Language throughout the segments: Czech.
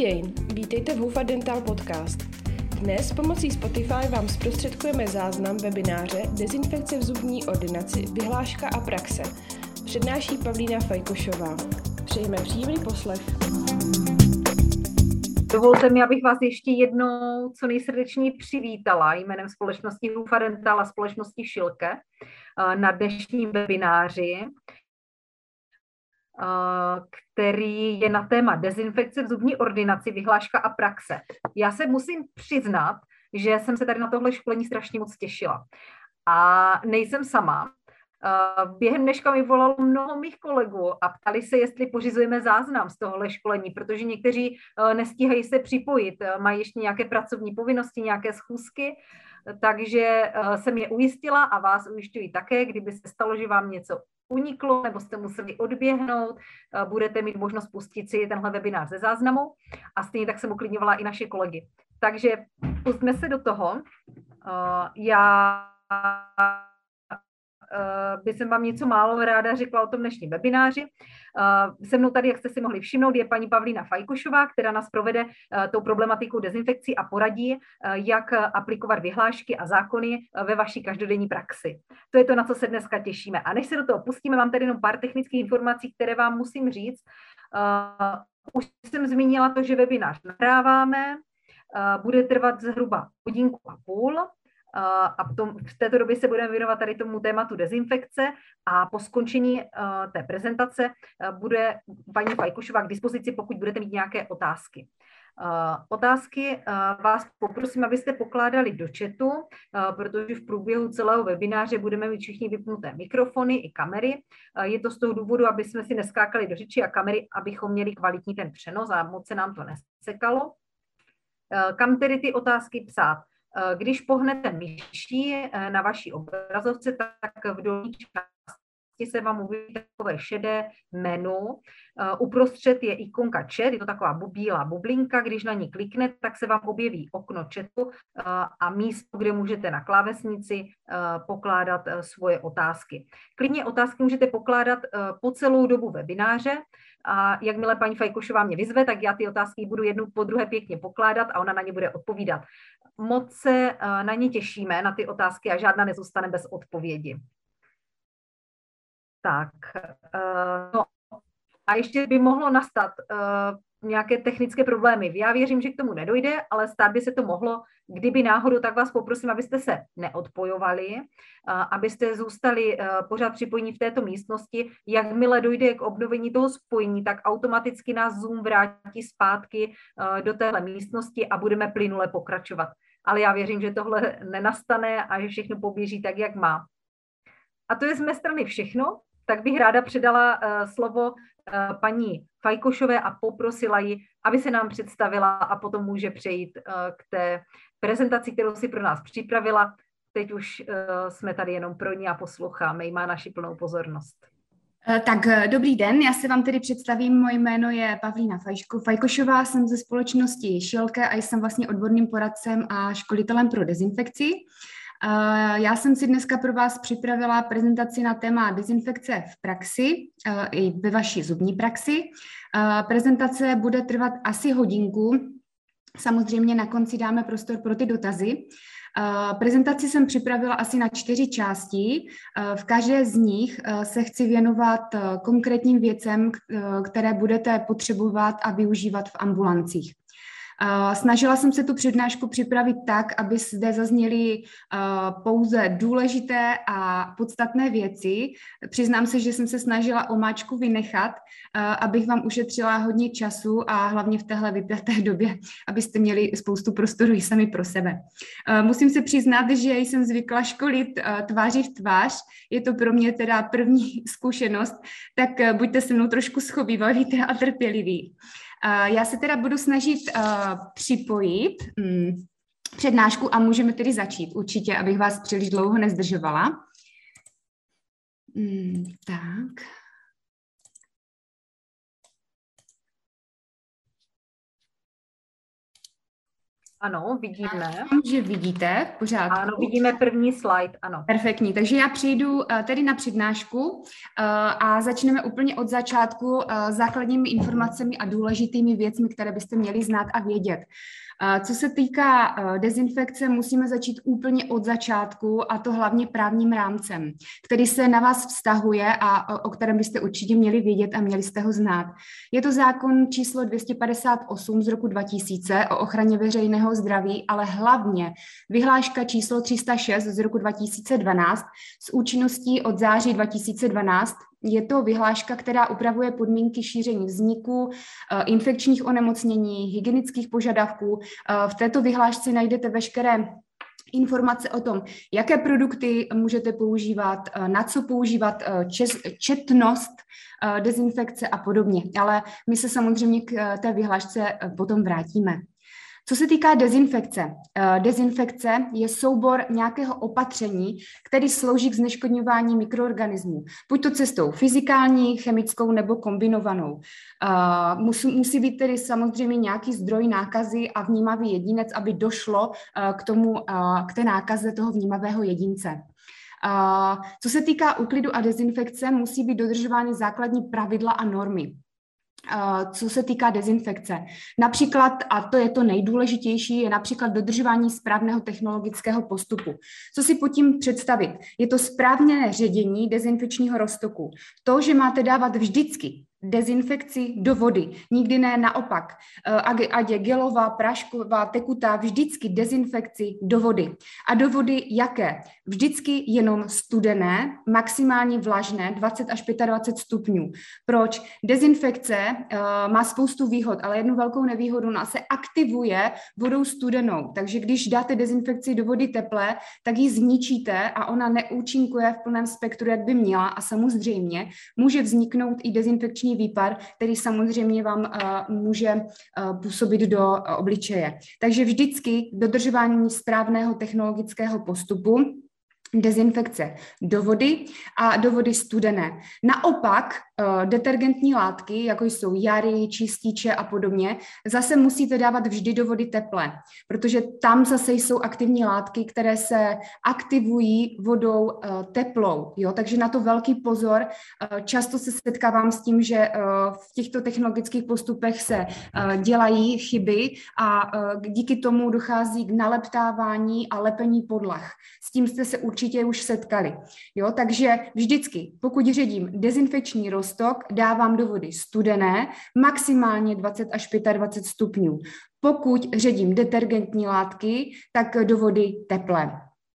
den, vítejte v Hufa Dental Podcast. Dnes pomocí Spotify vám zprostředkujeme záznam webináře Dezinfekce v zubní ordinaci, vyhláška a praxe. Přednáší Pavlína Fajkošová. Přejeme příjemný poslech. Dovolte mi, abych vás ještě jednou co nejsrdečněji přivítala jménem společnosti Hufa Dental a společnosti Šilke na dnešním webináři, který je na téma dezinfekce v zubní ordinaci, vyhláška a praxe. Já se musím přiznat, že jsem se tady na tohle školení strašně moc těšila. A nejsem sama. Během dneška mi volalo mnoho mých kolegů a ptali se, jestli pořizujeme záznam z tohohle školení, protože někteří nestíhají se připojit, mají ještě nějaké pracovní povinnosti, nějaké schůzky, takže jsem je ujistila a vás ujišťuji také, kdyby se stalo, že vám něco uniklo nebo jste museli odběhnout, budete mít možnost pustit si tenhle webinář ze záznamu a stejně tak jsem uklidňovala i naše kolegy. Takže pustíme se do toho. Já bych vám něco málo ráda řekla o tom dnešním webináři. Se mnou tady, jak jste si mohli všimnout, je paní Pavlína Fajkošová, která nás provede tou problematikou dezinfekcí a poradí, jak aplikovat vyhlášky a zákony ve vaší každodenní praxi. To je to, na co se dneska těšíme. A než se do toho pustíme, mám tady jenom pár technických informací, které vám musím říct. Už jsem zmínila to, že webinář nahráváme, bude trvat zhruba hodinku a půl. A v této době se budeme věnovat tady tomu tématu dezinfekce a po skončení té prezentace bude paní Fajkošová k dispozici, pokud budete mít nějaké otázky. Otázky vás poprosím, abyste pokládali do chatu, protože v průběhu celého webináře budeme mít všichni vypnuté mikrofony i kamery. Je to z toho důvodu, aby jsme si neskákali do řeči a kamery, abychom měli kvalitní ten přenos a moc se nám to nesekalo. Kam tedy ty otázky psát? Když pohnete myší na vaší obrazovce, tak v dolní části se vám objeví takové šedé menu. Uprostřed je ikonka chat, je to taková bílá bublinka, když na ní kliknete, tak se vám objeví okno chatu a místo, kde můžete na klávesnici pokládat svoje otázky. Klidně otázky můžete pokládat po celou dobu webináře a jakmile paní Fajkošová mě vyzve, tak já ty otázky budu jednu po druhé pěkně pokládat a ona na ně bude odpovídat. Moc se na ně těšíme, na ty otázky a žádná nezůstane bez odpovědi. Tak, no a ještě by mohlo nastat nějaké technické problémy. Já věřím, že k tomu nedojde, ale stát by se to mohlo. Kdyby náhodou, tak vás poprosím, abyste se neodpojovali, abyste zůstali pořád připojení v této místnosti. Jakmile dojde k obnovení toho spojení, tak automaticky nás Zoom vrátí zpátky do téhle místnosti a budeme plynule pokračovat. Ale já věřím, že tohle nenastane a že všechno poběží tak, jak má. A to je z mé strany všechno. Tak bych ráda předala slovo paní Fajkošové a poprosila ji, aby se nám představila a potom může přejít k té prezentaci, kterou si pro nás připravila. Teď už jsme tady jenom pro ní a posloucháme, jí má naši plnou pozornost. Tak dobrý den, já se vám tedy představím, moje jméno je Pavlína Fajkošová, jsem ze společnosti Šilke a jsem vlastně odborným poradcem a školitelem pro dezinfekci. Já jsem si dneska pro vás připravila prezentaci na téma dezinfekce v praxi, i ve vaší zubní praxi. Prezentace bude trvat asi hodinku, samozřejmě na konci dáme prostor pro ty dotazy. Prezentaci jsem připravila asi na 4 části. V každé z nich se chci věnovat konkrétním věcem, které budete potřebovat a využívat v ambulancích. Snažila jsem se tu přednášku připravit tak, aby zde zazněly pouze důležité a podstatné věci. Přiznám se, že jsem se snažila omáčku vynechat, abych vám ušetřila hodně času a hlavně v téhle vypjaté době, abyste měli spoustu prostoru i sami pro sebe. Musím se přiznat, že jsem zvykla školit tváří v tvář. Je to pro mě teda první zkušenost, tak buďte se mnou trošku schovývaví a trpěliví. Já se teda budu snažit připojit přednášku a můžeme tedy začít. Určitě, abych vás příliš dlouho nezdržovala. Tak. Ano, vidíme. Doufám, že vidíte v pořádku. Ano, vidíme první slide, ano. Perfektní, takže já přejdu tedy na přednášku a začneme úplně od začátku základními informacemi a důležitými věcmi, které byste měli znát a vědět. Co se týká dezinfekce, musíme začít úplně od začátku, a to hlavně právním rámcem, který se na vás vztahuje a o kterém byste určitě měli vědět a měli jste ho znát. Je to zákon číslo 258 z roku 2000 o ochraně veřejného zdraví, ale hlavně vyhláška číslo 306 z roku 2012 s účinností od září 2012. Je to vyhláška, která upravuje podmínky šíření vzniku, infekčních onemocnění, hygienických požadavků. V této vyhlášce najdete veškeré informace o tom, jaké produkty můžete používat, na co používat, četnost dezinfekce a podobně. Ale my se samozřejmě k té vyhlášce potom vrátíme. Co se týká dezinfekce, dezinfekce je soubor nějakého opatření, který slouží k zneškodňování mikroorganismů, buď to cestou fyzikální, chemickou nebo kombinovanou. Musí být tedy samozřejmě nějaký zdroj nákazy a vnímavý jedinec, aby došlo k té nákaze toho vnímavého jedince. Co se týká úklidu a dezinfekce, musí být dodržovány základní pravidla a normy. Co se týká dezinfekce. Například, a to je to nejdůležitější, je například dodržování správného technologického postupu. Co si pod tím představit? Je to správné ředění dezinfekčního roztoku. To, že máte dávat vždycky dezinfekci do vody, nikdy ne naopak. Ať je gelová, prášková, tekutá, vždycky dezinfekci do vody. A do vody jaké? Vždycky jenom studené, maximálně vlažné, 20 až 25 stupňů. Proč? Dezinfekce má spoustu výhod, ale jednu velkou nevýhodu, ona se aktivuje vodou studenou. Takže když dáte dezinfekci do vody teplé, tak ji zničíte a ona neúčinkuje v plném spektru, jak by měla, a samozřejmě může vzniknout i dezinfekční výpar, který samozřejmě vám může působit do obličeje. Takže vždycky dodržování správného technologického postupu, dezinfekce do vody a do vody studené. Naopak detergentní látky, jako jsou jary, čističe a podobně, zase musíte dávat vždy do vody teplé, protože tam zase jsou aktivní látky, které se aktivují vodou teplou. Jo? Takže na to velký pozor. Často se setkávám s tím, že v těchto technologických postupech se dělají chyby a díky tomu dochází k naleptávání a lepení podlah. S tím jste se určitě už setkali. Jo? Takže vždycky, pokud ředím dezinfekční roztok, dávám do vody studené, maximálně 20 až 25 stupňů. Pokud ředím detergentní látky, tak do vody teplé.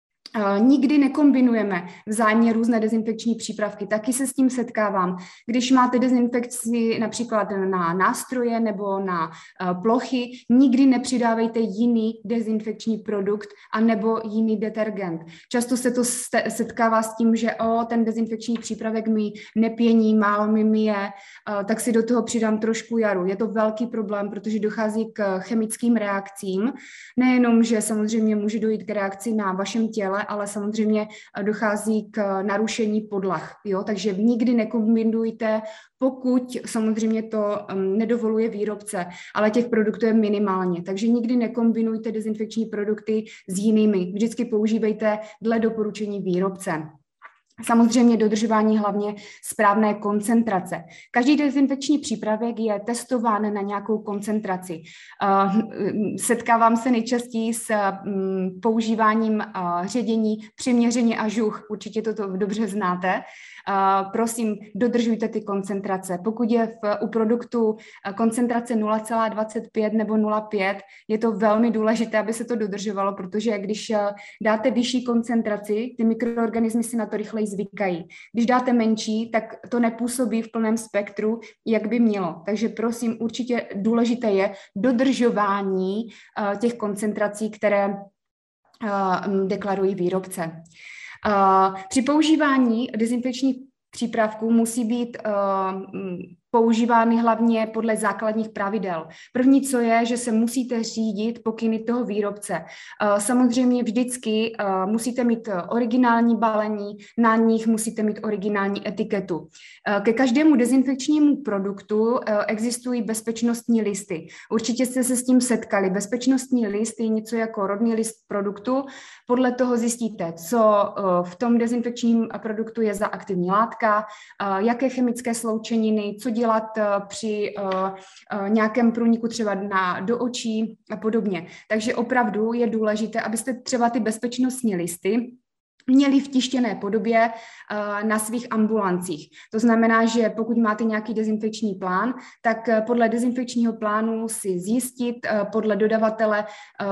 Nikdy nekombinujeme vzájemně různé dezinfekční přípravky. Taky se s tím setkávám. Když máte dezinfekci například na nástroje nebo na plochy, nikdy nepřidávejte jiný dezinfekční produkt a nebo jiný detergent. Často se to setkává s tím, že ten dezinfekční přípravek mi nepění, málo mi myje, tak si do toho přidám trošku jaru. Je to velký problém, protože dochází k chemickým reakcím. Nejenom, že samozřejmě může dojít k reakci na vašem těle, ale samozřejmě dochází k narušení podlah. Jo? Takže nikdy nekombinujte, pokud samozřejmě to nedovoluje výrobce, ale těch produktů je minimálně. Takže nikdy nekombinujte dezinfekční produkty s jinými. Vždycky používejte dle doporučení výrobce. Samozřejmě dodržování hlavně správné koncentrace. Každý dezinfekční přípravek je testován na nějakou koncentraci. Setkávám se nejčastěji s používáním ředění přiměřeně a žuch. Určitě to dobře znáte. Prosím, dodržujte ty koncentrace. Pokud je u produktu koncentrace 0,25 nebo 0,5, je to velmi důležité, aby se to dodržovalo, protože když dáte vyšší koncentraci, ty mikroorganismy si na to rychleji zvykají. Když dáte menší, tak to nepůsobí v plném spektru, jak by mělo. Takže prosím, určitě důležité je dodržování těch koncentrací, které deklarují výrobce. Při používání dezinfekčních přípravků musí být používány hlavně podle základních pravidel. První, co je, že se musíte řídit pokyny toho výrobce. Samozřejmě vždycky musíte mít originální balení, na nich musíte mít originální etiketu. Ke každému dezinfekčnímu produktu existují bezpečnostní listy. Určitě jste se s tím setkali. Bezpečnostní list je něco jako rodný list produktu. Podle toho zjistíte, co v tom dezinfekčním produktu je za aktivní látka, jaké chemické sloučeniny, co dělat při nějakém průniku třeba do očí a podobně. Takže opravdu je důležité, abyste třeba ty bezpečnostní listy měli v tištěné podobě na svých ambulancích. To znamená, že pokud máte nějaký dezinfekční plán, tak podle dezinfekčního plánu si zjistit podle dodavatele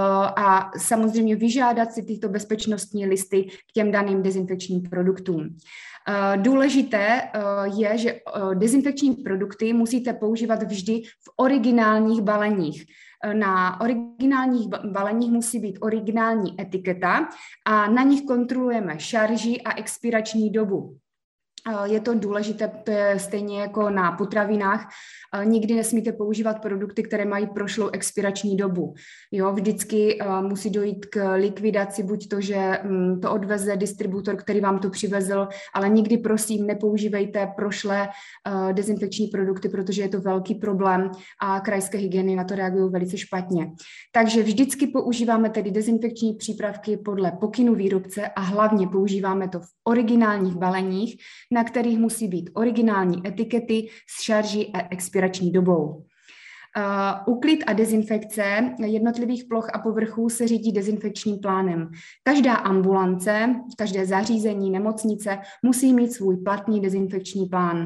a samozřejmě vyžádat si tyto bezpečnostní listy k těm daným dezinfekčním produktům. Důležité je, že dezinfekční produkty musíte používat vždy v originálních baleních. Na originálních baleních musí být originální etiketa a na nich kontrolujeme šarži a expirační dobu. Je to důležité, to je stejně jako na potravinách. Nikdy nesmíte používat produkty, které mají prošlou expirační dobu. Jo, vždycky musí dojít k likvidaci, buď to, že to odveze distributor, který vám to přivezl, ale nikdy prosím nepoužívejte prošlé dezinfekční produkty, protože je to velký problém a krajské hygieny na to reagují velice špatně. Takže vždycky používáme tedy dezinfekční přípravky podle pokynu výrobce a hlavně používáme to v originálních baleních, na kterých musí být originální etikety s šarží a expirační dobou. Úklid a dezinfekce jednotlivých ploch a povrchů se řídí dezinfekčním plánem. Každá ambulance, každé zařízení, nemocnice musí mít svůj platný dezinfekční plán.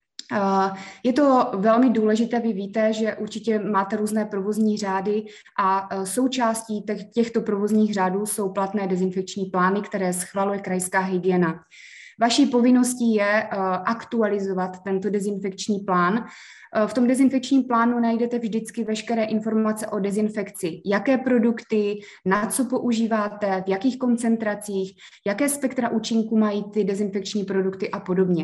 Je to velmi důležité, vy víte, že určitě máte různé provozní řády a součástí těchto provozních řádů jsou platné dezinfekční plány, které schvaluje krajská hygiena. Vaší povinností je aktualizovat tento dezinfekční plán. V tom dezinfekčním plánu najdete vždycky veškeré informace o dezinfekci. Jaké produkty, na co používáte, v jakých koncentracích, jaké spektra účinku mají ty dezinfekční produkty a podobně.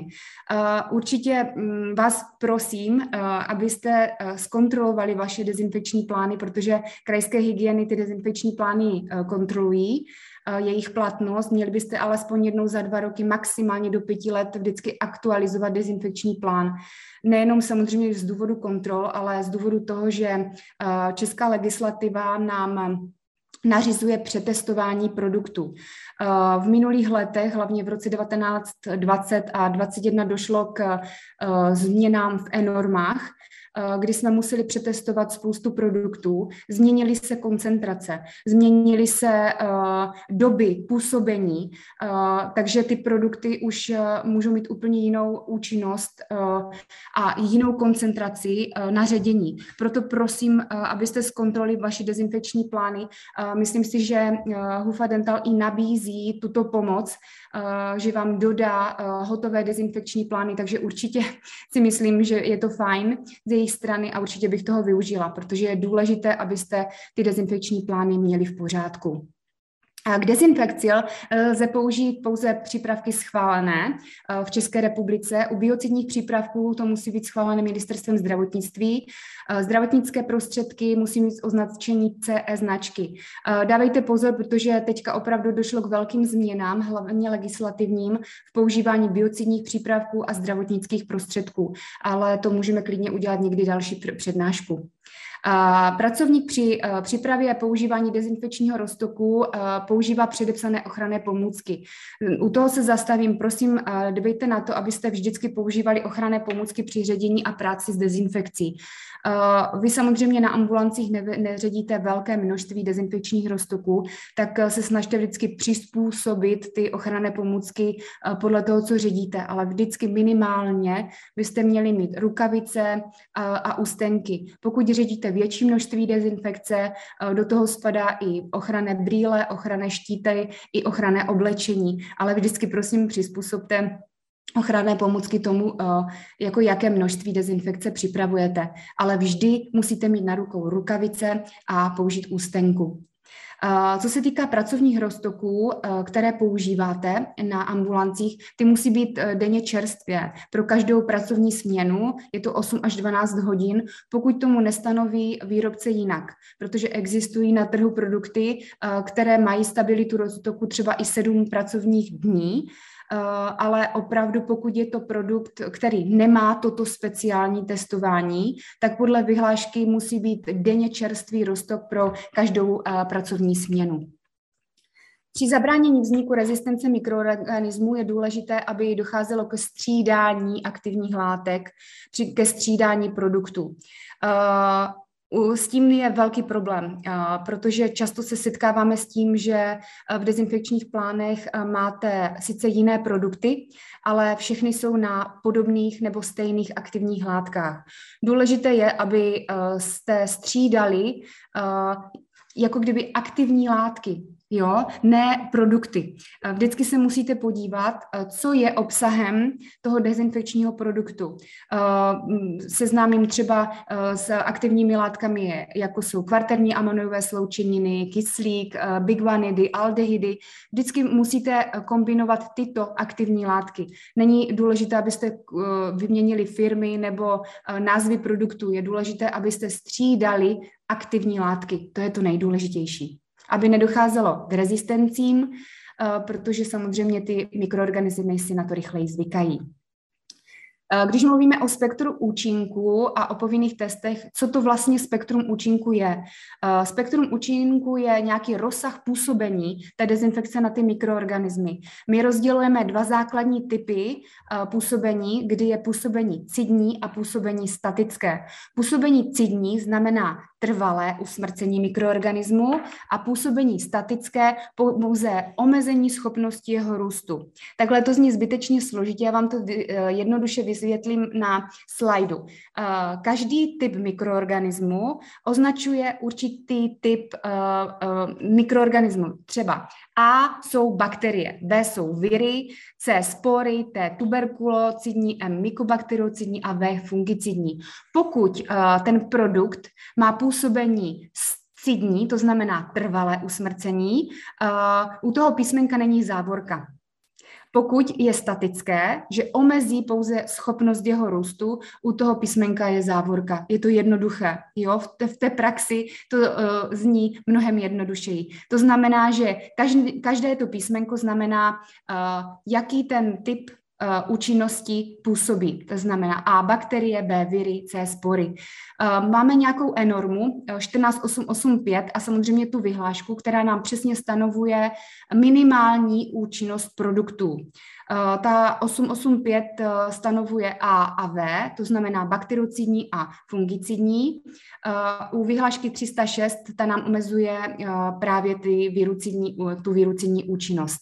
Určitě vás prosím, abyste zkontrolovali vaše dezinfekční plány, protože krajské hygieny ty dezinfekční plány kontrolují, jejich platnost. Měli byste alespoň jednou za 2 roky, maximálně do 5 let vždycky aktualizovat dezinfekční plán. Nejenom samozřejmě z důvodu kontrol, ale z důvodu toho, že česká legislativa nám nařizuje přetestování produktů. V minulých letech, hlavně v roce 19, 20 a 21 došlo k změnám v e-normách, kdy jsme museli přetestovat spoustu produktů, změnily se koncentrace, změnily se doby působení, takže ty produkty už můžou mít úplně jinou účinnost a jinou koncentraci na ředění. Proto prosím, abyste zkontrolovali vaše dezinfekční plány. Myslím si, že Hufa Dental i nabízí tuto pomoc, že vám dodá hotové dezinfekční plány, takže určitě si myslím, že je to fajn z jejich strany a určitě bych toho využila, protože je důležité, abyste ty dezinfekční plány měli v pořádku. K dezinfekci lze použít pouze přípravky schválené v České republice. U biocidních přípravků to musí být schválené ministerstvem zdravotnictví. Zdravotnické prostředky musí mít označení CE značky. Dávejte pozor, protože teďka opravdu došlo k velkým změnám, hlavně legislativním, v používání biocidních přípravků a zdravotnických prostředků, ale to můžeme klidně udělat někdy další přednášku. Pracovník při přípravě a používání dezinfekčního roztoku používá předepsané ochranné pomůcky. U toho se zastavím, prosím, dbejte na to, abyste vždycky používali ochranné pomůcky při ředění a práci s dezinfekcí. Vy samozřejmě na ambulancích neředíte velké množství dezinfekčních roztoků, tak se snažte vždycky přizpůsobit ty ochranné pomůcky podle toho, co ředíte, ale vždycky minimálně byste měli mít rukavice a ústenky. Pokud ředíte větší množství dezinfekce, do toho spadá i ochranné brýle, ochranné štíty i ochranné oblečení, ale vždycky prosím přizpůsobte ochranné pomůcky tomu, jako jaké množství dezinfekce připravujete, ale vždy musíte mít na rukou rukavice a použít ústenku. Co se týká pracovních roztoků, které používáte na ambulancích, ty musí být denně čerstvě. Pro každou pracovní směnu je to 8 až 12 hodin, pokud tomu nestanoví výrobce jinak, protože existují na trhu produkty, které mají stabilitu roztoku třeba i 7 pracovních dní, ale opravdu pokud je to produkt, který nemá toto speciální testování, tak podle vyhlášky musí být denně čerstvý roztok pro každou pracovní směnu. Při zabránění vzniku rezistence mikroorganismů je důležité, aby docházelo ke střídání aktivních látek, ke střídání produktů. S tím je velký problém, protože často se setkáváme s tím, že v dezinfekčních plánech máte sice jiné produkty, ale všechny jsou na podobných nebo stejných aktivních látkách. Důležité je, aby jste střídali jako kdyby aktivní látky, jo, ne produkty. Vždycky se musíte podívat, co je obsahem toho dezinfekčního produktu. Seznámím třeba s aktivními látkami, jako jsou kvarterní amonové sloučeniny, kyslík, biguanidy, aldehydy. Vždycky musíte kombinovat tyto aktivní látky. Není důležité, abyste vyměnili firmy nebo názvy produktů. Je důležité, abyste střídali aktivní látky. To je to nejdůležitější. Aby nedocházelo k rezistencím, protože samozřejmě ty mikroorganismy si na to rychleji zvykají. Když mluvíme o spektru účinku a o povinných testech, co to vlastně spektrum účinku je? Spektrum účinku je nějaký rozsah působení té dezinfekce na ty mikroorganismy. My rozdělujeme 2 základní typy působení, kdy je působení cidní a působení statické. Působení cidní znamená trvalé usmrcení mikroorganismu a působení statické pouze omezení schopnosti jeho růstu. Takhle to zní zbytečně složitě, já vám to jednoduše vysvětlím na slajdu. Každý typ mikroorganismu označuje určitý typ mikroorganismu. Třeba A jsou bakterie, B jsou viry, C spory, T tuberkulocidní, M mykobakteriocidní a V fungicidní. Pokud ten produkt má působení cidní, to znamená trvalé usmrcení, u toho písmenka není závorka. Pokud je statické, že omezí pouze schopnost jeho růstu, u toho písmenka je závorka. Je to jednoduché. Jo? V té praxi to zní mnohem jednodušeji. To znamená, že každé to písmenko znamená, jaký ten typ účinnosti působí. To znamená A bakterie, B viry, C spory. Máme nějakou normu 14885 a samozřejmě tu vyhlášku, která nám přesně stanovuje minimální účinnost produktů. Ta 885 stanovuje A a V, to znamená bakteriocidní a fungicidní. U vyhlášky 306 ta nám omezuje právě tu virucidní účinnost.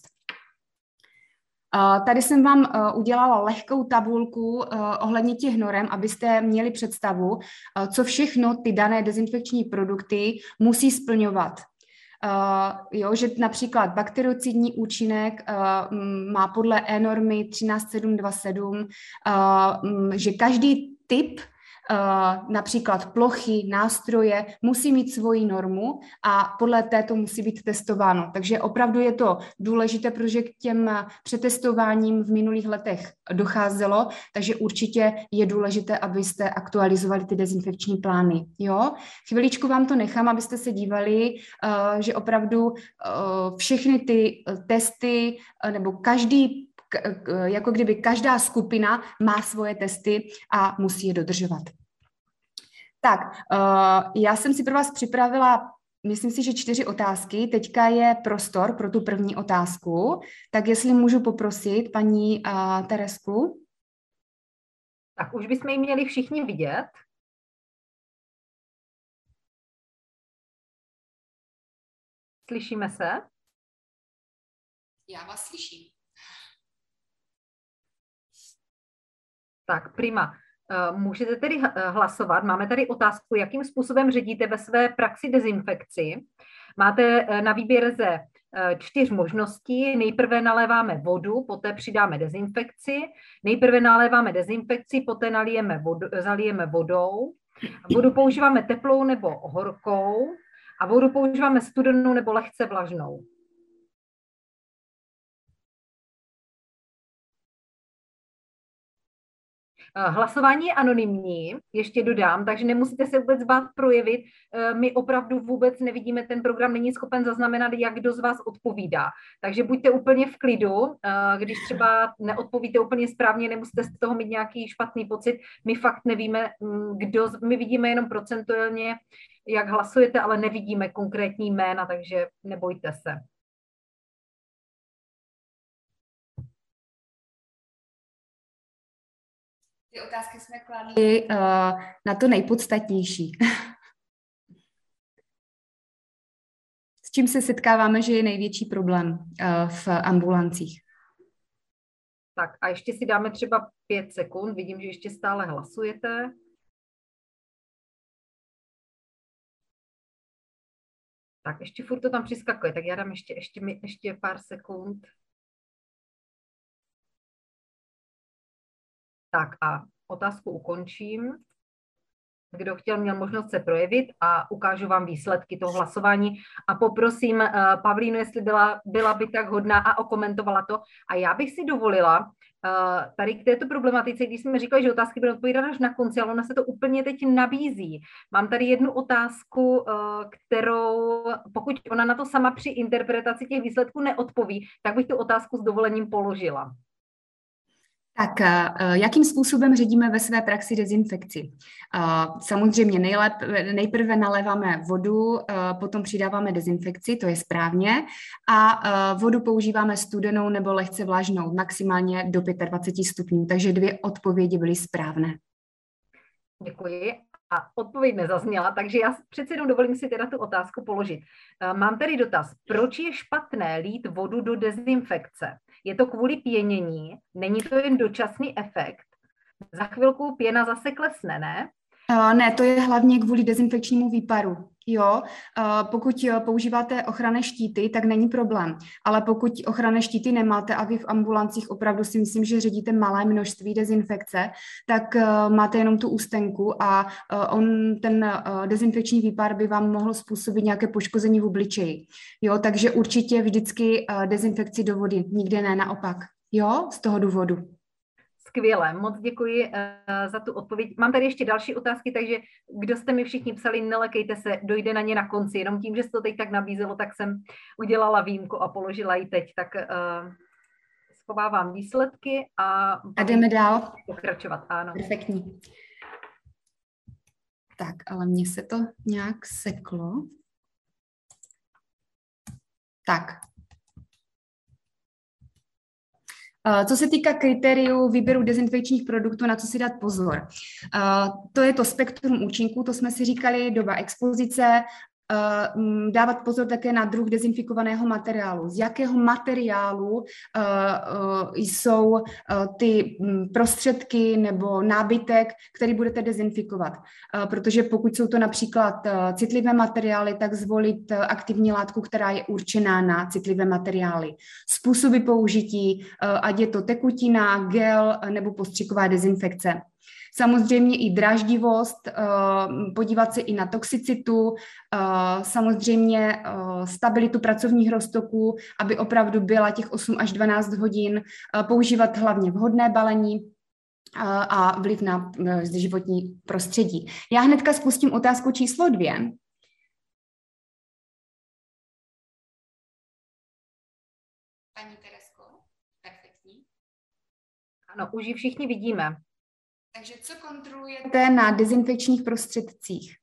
Tady jsem vám udělala lehkou tabulku ohledně těch norem, abyste měli představu, co všechno ty dané dezinfekční produkty musí splňovat. Že například bakteriocidní účinek má podle normy 13727, že každý typ například plochy, nástroje musí mít svoji normu a podle této musí být testováno. Takže opravdu je to důležité, protože k těm přetestováním v minulých letech docházelo, takže určitě je důležité, abyste aktualizovali ty dezinfekční plány. Jo? Chviličku vám to nechám, abyste se dívali, že opravdu všechny ty testy nebo jako kdyby každá skupina má svoje testy a musí je dodržovat. Tak, já jsem si pro vás připravila, myslím si, že 4 otázky. Teďka je prostor pro tu první otázku. Tak jestli můžu poprosit paní Teresku. Tak už bychom ji měli všichni vidět. Slyšíme se? Já vás slyším. Tak, prima. Můžete tedy hlasovat. Máme tady otázku, jakým způsobem řídíte ve své praxi dezinfekci. Máte na výběr ze 4 možností. Nejprve naléváme vodu, poté přidáme dezinfekci. Nejprve naléváme dezinfekci, poté zalijeme vodou. Vodu používáme teplou nebo horkou. A vodu používáme studenou nebo lehce vlažnou. Hlasování je anonymní, ještě dodám, takže nemusíte se vůbec bát projevit. My opravdu vůbec nevidíme, ten program není schopen zaznamenat, jak kdo z vás odpovídá. Takže buďte úplně v klidu, když třeba neodpovíte úplně správně, nemusíte z toho mít nějaký špatný pocit. My fakt nevíme, my vidíme jenom procentuálně, jak hlasujete, ale nevidíme konkrétní jména, takže nebojte se. Ty otázky jsme kladli na to nejpodstatnější. S čím se setkáváme, že je největší problém v ambulancích? Tak a ještě si dáme třeba 5 sekund. Vidím, že ještě stále hlasujete. Tak ještě furt to tam přiskakuje, tak já dám ještě pár sekund. Tak a otázku ukončím. Kdo chtěl, měl možnost se projevit a ukážu vám výsledky toho hlasování. A poprosím Pavlínu, jestli byla by tak hodná a okomentovala to. A já bych si dovolila tady k této problematice, když jsme říkali, že otázky byly odpovídat až na konci, ale ona se to úplně teď nabízí. Mám tady jednu otázku, kterou, pokud ona na to sama při interpretaci těch výsledků neodpoví, tak bych tu otázku s dovolením položila. Tak jakým způsobem ředíme ve své praxi dezinfekci? Samozřejmě nejprve naléváme vodu, potom přidáváme dezinfekci, to je správně, a vodu používáme studenou nebo lehce vlažnou, maximálně do 25 stupňů, takže 2 odpovědi byly správné. Děkuji. A odpověď nezazněla, takže já přece jenom dovolím si teda tu otázku položit. Mám tady dotaz. Proč je špatné lít vodu do dezinfekce? Je to kvůli pěnění? Není to jen dočasný efekt? Za chvilku pěna zase klesne, ne? Ne, to je hlavně kvůli dezinfekčnímu výparu. Jo, pokud používáte ochranné štíty, tak není problém. Ale pokud ochranné štíty nemáte a vy v ambulancích opravdu si myslím, že ředíte malé množství dezinfekce, tak máte jenom tu ústenku a ten dezinfekční výpar by vám mohl způsobit nějaké poškození v obličeji. Jo, takže určitě vždycky dezinfekci do vody, nikde ne naopak. Jo, z toho důvodu. Skvěle, moc děkuji za tu odpověď. Mám tady ještě další otázky, takže kdo jste mi všichni psali, nelekejte se, dojde na ně na konci. Jenom tím, že se to teď tak nabízelo, tak jsem udělala výjimku a položila ji teď. Tak schovávám výsledky a jdeme dál. Pokračovat, ano. Perfektní. Tak, ale mně se to nějak seklo. Tak. Co se týká kritériů výběru dezinfekčních produktů, na co si dát pozor. To je to spektrum účinků, to jsme si říkali, doba expozice, dávat pozor také na druh dezinfikovaného materiálu. Z jakého materiálu jsou ty prostředky nebo nábytek, který budete dezinfikovat. Protože pokud jsou to například citlivé materiály, tak zvolit aktivní látku, která je určená na citlivé materiály. Způsoby použití, ať je to tekutina, gel nebo postřiková dezinfekce. Samozřejmě i dráždivost, podívat se i na toxicitu, samozřejmě stabilitu pracovních roztoků, aby opravdu byla těch 8 až 12 hodin, používat hlavně vhodné balení a vliv na životní prostředí. Já hnedka spustím otázku číslo 2. Paní Teresko, perfektní. Ano, už ji všichni vidíme. Takže co kontrolujete na dezinfekčních prostředcích?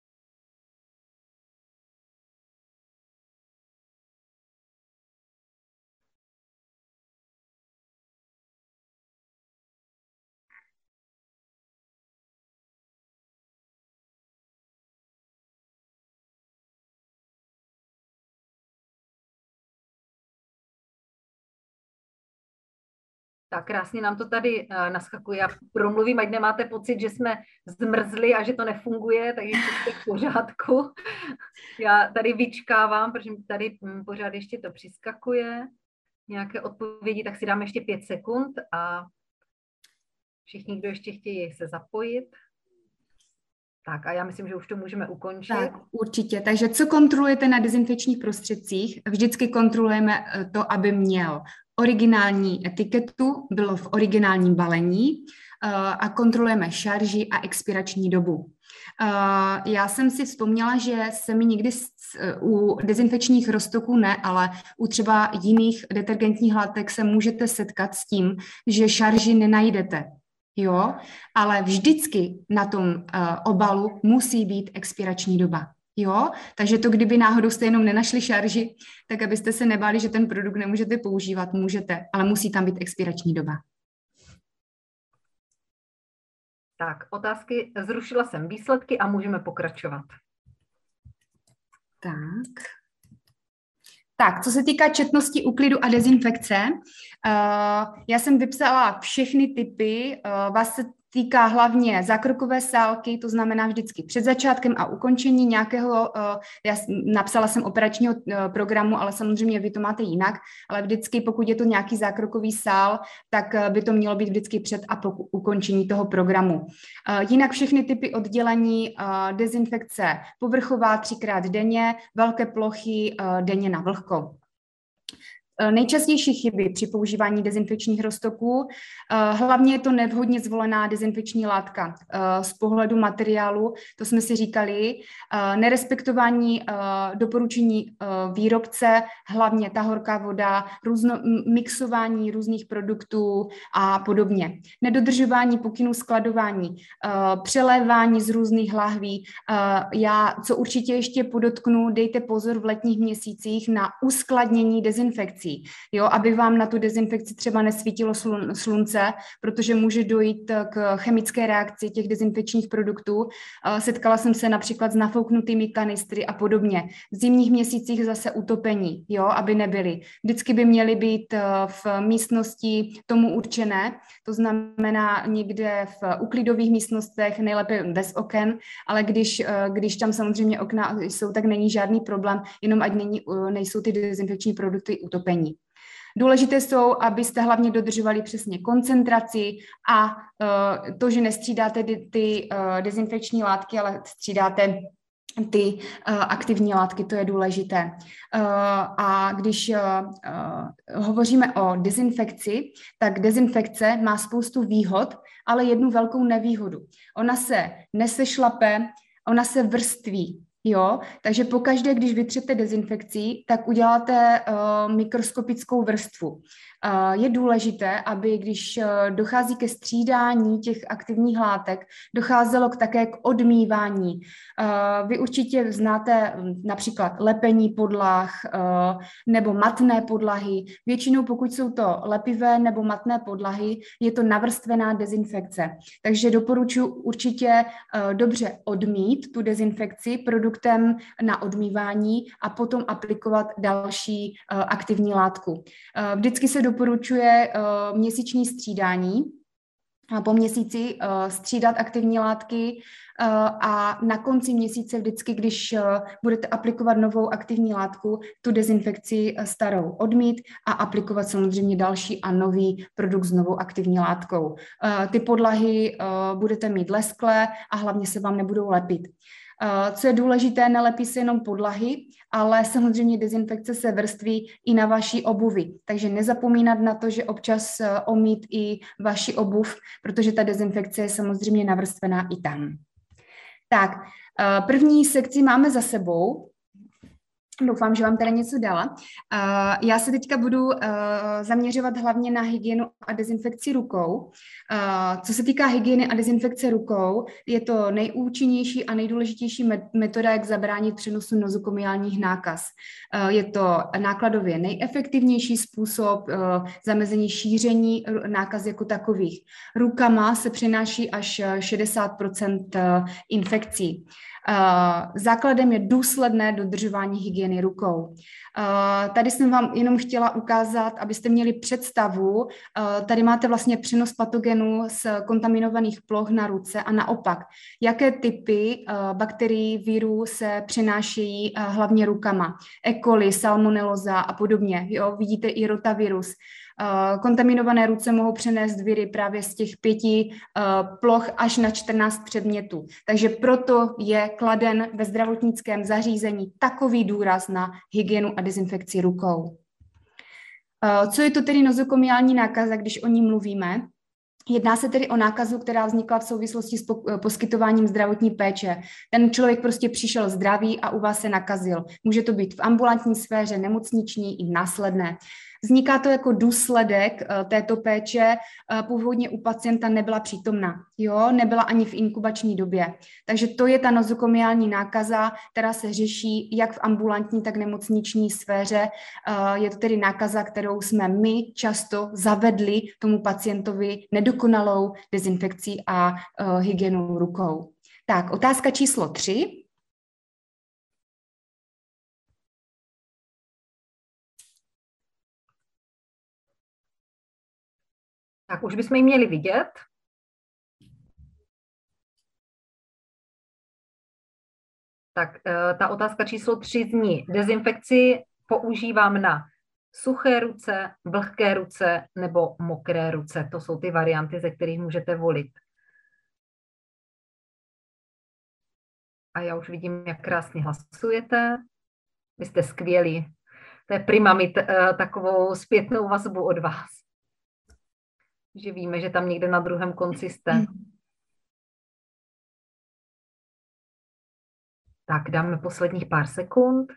Tak krásně nám to tady naskakuje. Já promluvím, ať nemáte pocit, že jsme zmrzli a že to nefunguje, takže to je v pořádku. Já tady vyčkávám, protože tady pořád ještě to přiskakuje. Nějaké odpovědi, tak si dáme ještě 5 sekund a všichni, kdo ještě chtějí se zapojit. Tak a já myslím, že už to můžeme ukončit. Tak, určitě. Takže co kontrolujete na dezinfekčních prostředcích? Vždycky kontrolujeme to, aby měl originální etiketu, bylo v originálním balení a kontrolujeme šarži a expirační dobu. Já jsem si vzpomněla, že se mi někdy u dezinfekčních roztoků ne, ale u třeba jiných detergentních látek se můžete setkat s tím, že šarži nenajdete. Jo, ale vždycky na tom obalu musí být expirační doba. Jo, takže to, kdyby náhodou jste jenom nenašli šarži, tak abyste se nebáli, že ten produkt nemůžete používat, můžete, ale musí tam být expirační doba. Tak, otázky, zrušila jsem výsledky a můžeme pokračovat. Tak, co se týká četnosti, úklidu a dezinfekce, já jsem vypsala všechny typy, vás se týká hlavně zákrokové sálky, to znamená vždycky před začátkem a ukončení nějakého, já napsala jsem operačního programu, ale samozřejmě vy to máte jinak, ale vždycky, pokud je to nějaký zákrokový sál, tak by to mělo být vždycky před a po ukončení toho programu. Jinak všechny typy oddělení, dezinfekce povrchová 3x denně, velké plochy denně na vlhko. Nejčastější chyby při používání dezinfekčních roztoků, hlavně je to nevhodně zvolená dezinfekční látka z pohledu materiálu, to jsme si říkali, nerespektování doporučení výrobce, hlavně ta horká voda, mixování různých produktů a podobně. Nedodržování pokynů skladování, přelévání z různých lahví. Co určitě ještě podotknu, dejte pozor v letních měsících na uskladnění dezinfekcí. Jo, aby vám na tu dezinfekci třeba nesvítilo slunce, protože může dojít k chemické reakci těch dezinfekčních produktů. Setkala jsem se například s nafouknutými kanistry a podobně. V zimních měsících zase utopení, jo, aby nebyly. Vždycky by měly být v místnosti tomu určené, to znamená někde v uklidových místnostech, nejlépe bez oken, ale když tam samozřejmě okna jsou, tak není žádný problém, jenom ať nejsou ty dezinfekční produkty utopení. Důležité jsou, abyste hlavně dodržovali přesně koncentraci a to, že nestřídáte ty dezinfekční látky, ale střídáte ty aktivní látky, to je důležité. A když hovoříme o dezinfekci, tak dezinfekce má spoustu výhod, ale jednu velkou nevýhodu. Ona se nesešlape, ona se vrství. Jo, takže pokaždé, když vytřete dezinfekcí, tak uděláte mikroskopickou vrstvu. Je důležité, aby když dochází ke střídání těch aktivních látek, docházelo také k odmývání. Vy určitě znáte například lepení podlah nebo matné podlahy. Většinou, pokud jsou to lepivé nebo matné podlahy, je to navrstvená dezinfekce. Takže doporučuji určitě dobře odmít tu dezinfekci produktem na odmývání a potom aplikovat další aktivní látku. Vždycky se doporučuje měsíční střídání, a po měsíci střídat aktivní látky a na konci měsíce vždycky, když budete aplikovat novou aktivní látku, tu dezinfekci starou odmít a aplikovat samozřejmě další a nový produkt s novou aktivní látkou. Ty podlahy budete mít lesklé a hlavně se vám nebudou lepit. Co je důležité, nelepí se jenom podlahy, ale samozřejmě dezinfekce se vrství i na vaší obuvi. Takže nezapomínat na to, že občas omít i vaši obuv, protože ta dezinfekce je samozřejmě navrstvená i tam. Tak, první sekci máme za sebou. Doufám, že vám teda něco dala. Já se teďka budu zaměřovat hlavně na hygienu a dezinfekci rukou. Co se týká hygieny a dezinfekce rukou, je to nejúčinnější a nejdůležitější metoda, jak zabránit přenosu nozokomiálních nákaz. Je to nákladově nejefektivnější způsob zamezení šíření nákaz jako takových. Rukama se přenáší až 60% infekcí. Základem je důsledné dodržování hygieny rukou. Tady jsem vám jenom chtěla ukázat, abyste měli představu, tady máte vlastně přenos patogenů z kontaminovaných ploch na ruce a naopak, jaké typy bakterií, virů se přenášejí hlavně rukama. E. coli, salmonelóza a podobně. Jo, vidíte i rotavirus. Kontaminované ruce mohou přenést viry právě z těch 5 ploch až na 14 předmětů. Takže proto je kladen ve zdravotnickém zařízení takový důraz na hygienu a dezinfekci rukou. Co je to tedy nozokomiální nákaza, když o ní mluvíme? Jedná se tedy o nákazu, která vznikla v souvislosti s poskytováním zdravotní péče. Ten člověk prostě přišel zdravý a u vás se nakazil. Může to být v ambulantní sféře, nemocniční i v následné. Vzniká to jako důsledek této péče. Původně u pacienta nebyla přítomna, nebyla ani v inkubační době. Takže to je ta nozokomiální nákaza, která se řeší jak v ambulantní, tak nemocniční sféře. Je to tedy nákaza, kterou jsme my často zavedli tomu pacientovi nedokonalou dezinfekcí a hygienou rukou. Tak, otázka číslo 3. Tak už bychom ji měli vidět. Tak ta otázka číslo 3 zní: dezinfekci používám na suché ruce, vlhké ruce nebo mokré ruce. To jsou ty varianty, ze kterých můžete volit. A já už vidím, jak krásně hlasujete. Vy jste skvělí. To je prima mít takovou zpětnou vazbu od vás. Že víme, že tam někde na druhém konci jste. Tak dáme posledních pár sekund.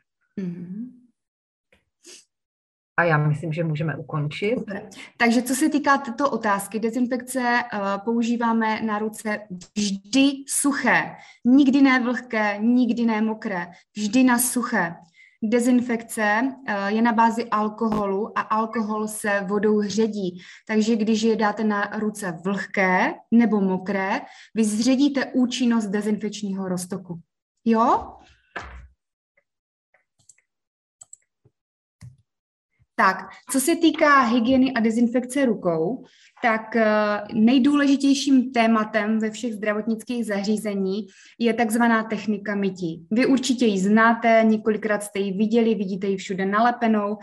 A já myslím, že můžeme ukončit. Super. Takže co se týká této otázky, dezinfekce používáme na ruce vždy suché. Nikdy ne vlhké, nikdy ne mokré. Vždy na suché. Dezinfekce je na bázi alkoholu a alkohol se vodou ředí. Takže když je dáte na ruce vlhké nebo mokré, vy zředíte účinnost dezinfekčního roztoku. Jo? Tak, co se týká hygieny a dezinfekce rukou, tak nejdůležitějším tématem ve všech zdravotnických zařízení je takzvaná technika mytí. Vy určitě ji znáte, několikrát jste ji viděli, vidíte ji všude nalepenou.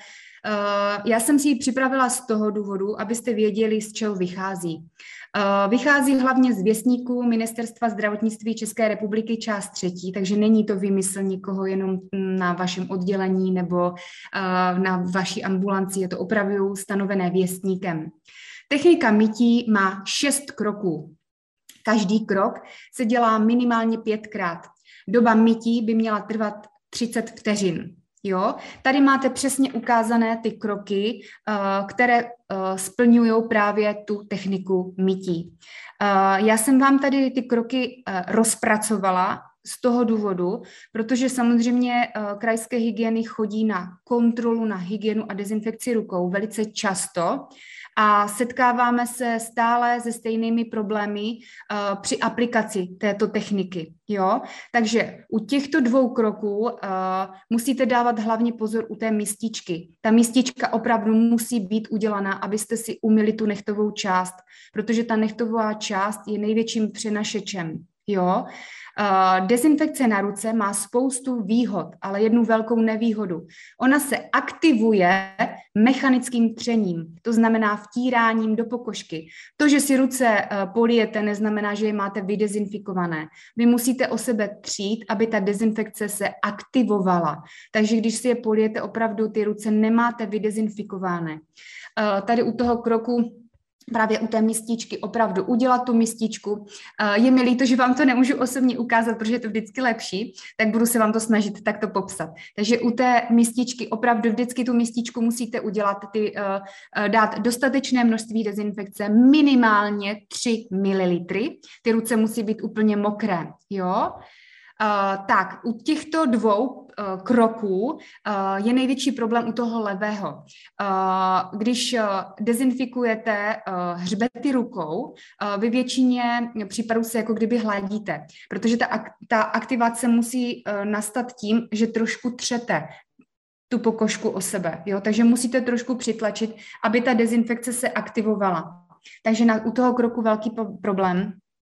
Já jsem si ji připravila z toho důvodu, abyste věděli, z čeho vychází. Vychází hlavně z věstníků Ministerstva zdravotnictví České republiky část 3, takže není to výmysl nikoho jenom na vašem oddělení nebo na vaší ambulanci, je to opravdu stanovené věstníkem. Technika mytí má 6 kroků. Každý krok se dělá minimálně 5krát. Doba mytí by měla trvat 30 vteřin. Jo? Tady máte přesně ukázané ty kroky, které splňují právě tu techniku mytí. Já jsem vám tady ty kroky rozpracovala z toho důvodu, protože samozřejmě krajské hygieny chodí na kontrolu, na hygienu a dezinfekci rukou velice často a setkáváme se stále se stejnými problémy při aplikaci této techniky. Jo? Takže u těchto 2 kroků musíte dávat hlavně pozor u té mističky. Ta mistička opravdu musí být udělaná, abyste si umyli tu nechtovou část, protože ta nechtová část je největším přenašečem. Jo? Dezinfekce na ruce má spoustu výhod, ale jednu velkou nevýhodu. Ona se aktivuje mechanickým třením, to znamená vtíráním do pokožky. To, že si ruce polijete, neznamená, že je máte vydezinfikované. Vy musíte o sebe třít, aby ta dezinfekce se aktivovala. Takže když si je polijete, opravdu ty ruce nemáte vydezinfikované. Tady u toho kroku právě u té mističky opravdu udělat tu mističku. Je mi líto, že vám to nemůžu osobně ukázat, protože je to vždycky lepší, tak budu se vám to snažit takto popsat. Takže u té mističky opravdu vždycky tu mističku musíte udělat, dát dostatečné množství dezinfekce, minimálně 3 ml. Ty ruce musí být úplně mokré, jo? Tak, u těchto 2 kroků je největší problém u toho levého. Když dezinfikujete hřbety rukou, vy většině případů se jako kdyby hladíte, protože ta aktivace musí nastat tím, že trošku třete tu pokožku o sebe. Jo? Takže musíte trošku přitlačit, aby ta dezinfekce se aktivovala. Takže u toho kroku velký problém.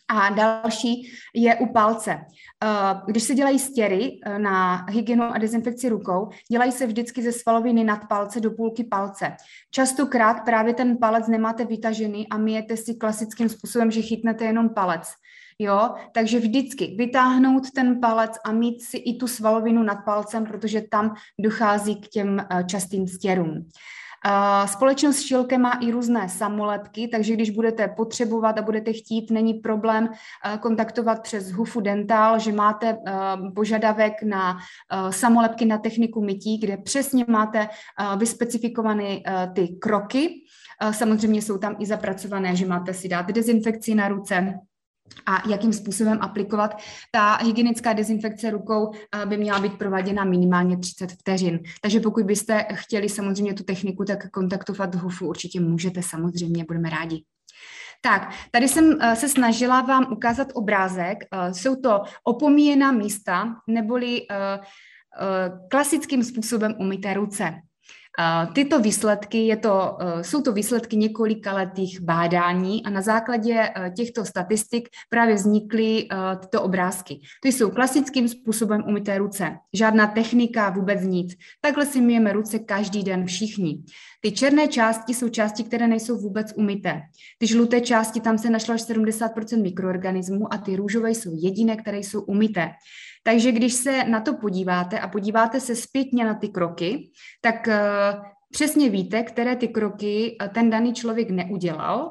A další je u palce. Když se dělají stěry na hygienu a dezinfekci rukou, dělají se vždycky ze svaloviny nad palce do půlky palce. Častokrát právě ten palec nemáte vytažený a myjete si klasickým způsobem, že chytnete jenom palec. Jo, takže vždycky vytáhnout ten palec a mít si i tu svalovinu nad palcem, protože tam dochází k těm častým stěrům. Společnost Šielke má i různé samolepky, takže když budete potřebovat a budete chtít, není problém kontaktovat přes Hufu Dental, že máte požadavek na samolepky na techniku mytí, kde přesně máte vyspecifikované ty kroky. Samozřejmě jsou tam i zapracované, že máte si dát dezinfekci na ruce, a jakým způsobem aplikovat. Ta hygienická dezinfekce rukou by měla být prováděna minimálně 30 vteřin. Takže pokud byste chtěli samozřejmě tu techniku, tak kontaktovat Hufu určitě můžete, samozřejmě, budeme rádi. Tak, tady jsem se snažila vám ukázat obrázek. Jsou to opomíjená místa, neboli klasickým způsobem umyté ruce. Tyto výsledky, jsou to výsledky několikaletých bádání a na základě těchto statistik právě vznikly tyto obrázky. To jsou klasickým způsobem umyté ruce. Žádná technika, vůbec nic. Takhle si myjeme ruce každý den všichni. Ty černé části jsou části, které nejsou vůbec umyté. Ty žluté části, tam se našlo až 70% mikroorganismů a ty růžové jsou jediné, které jsou umyté. Takže když se na to podíváte a podíváte se zpětně na ty kroky, tak přesně víte, které ty kroky ten daný člověk neudělal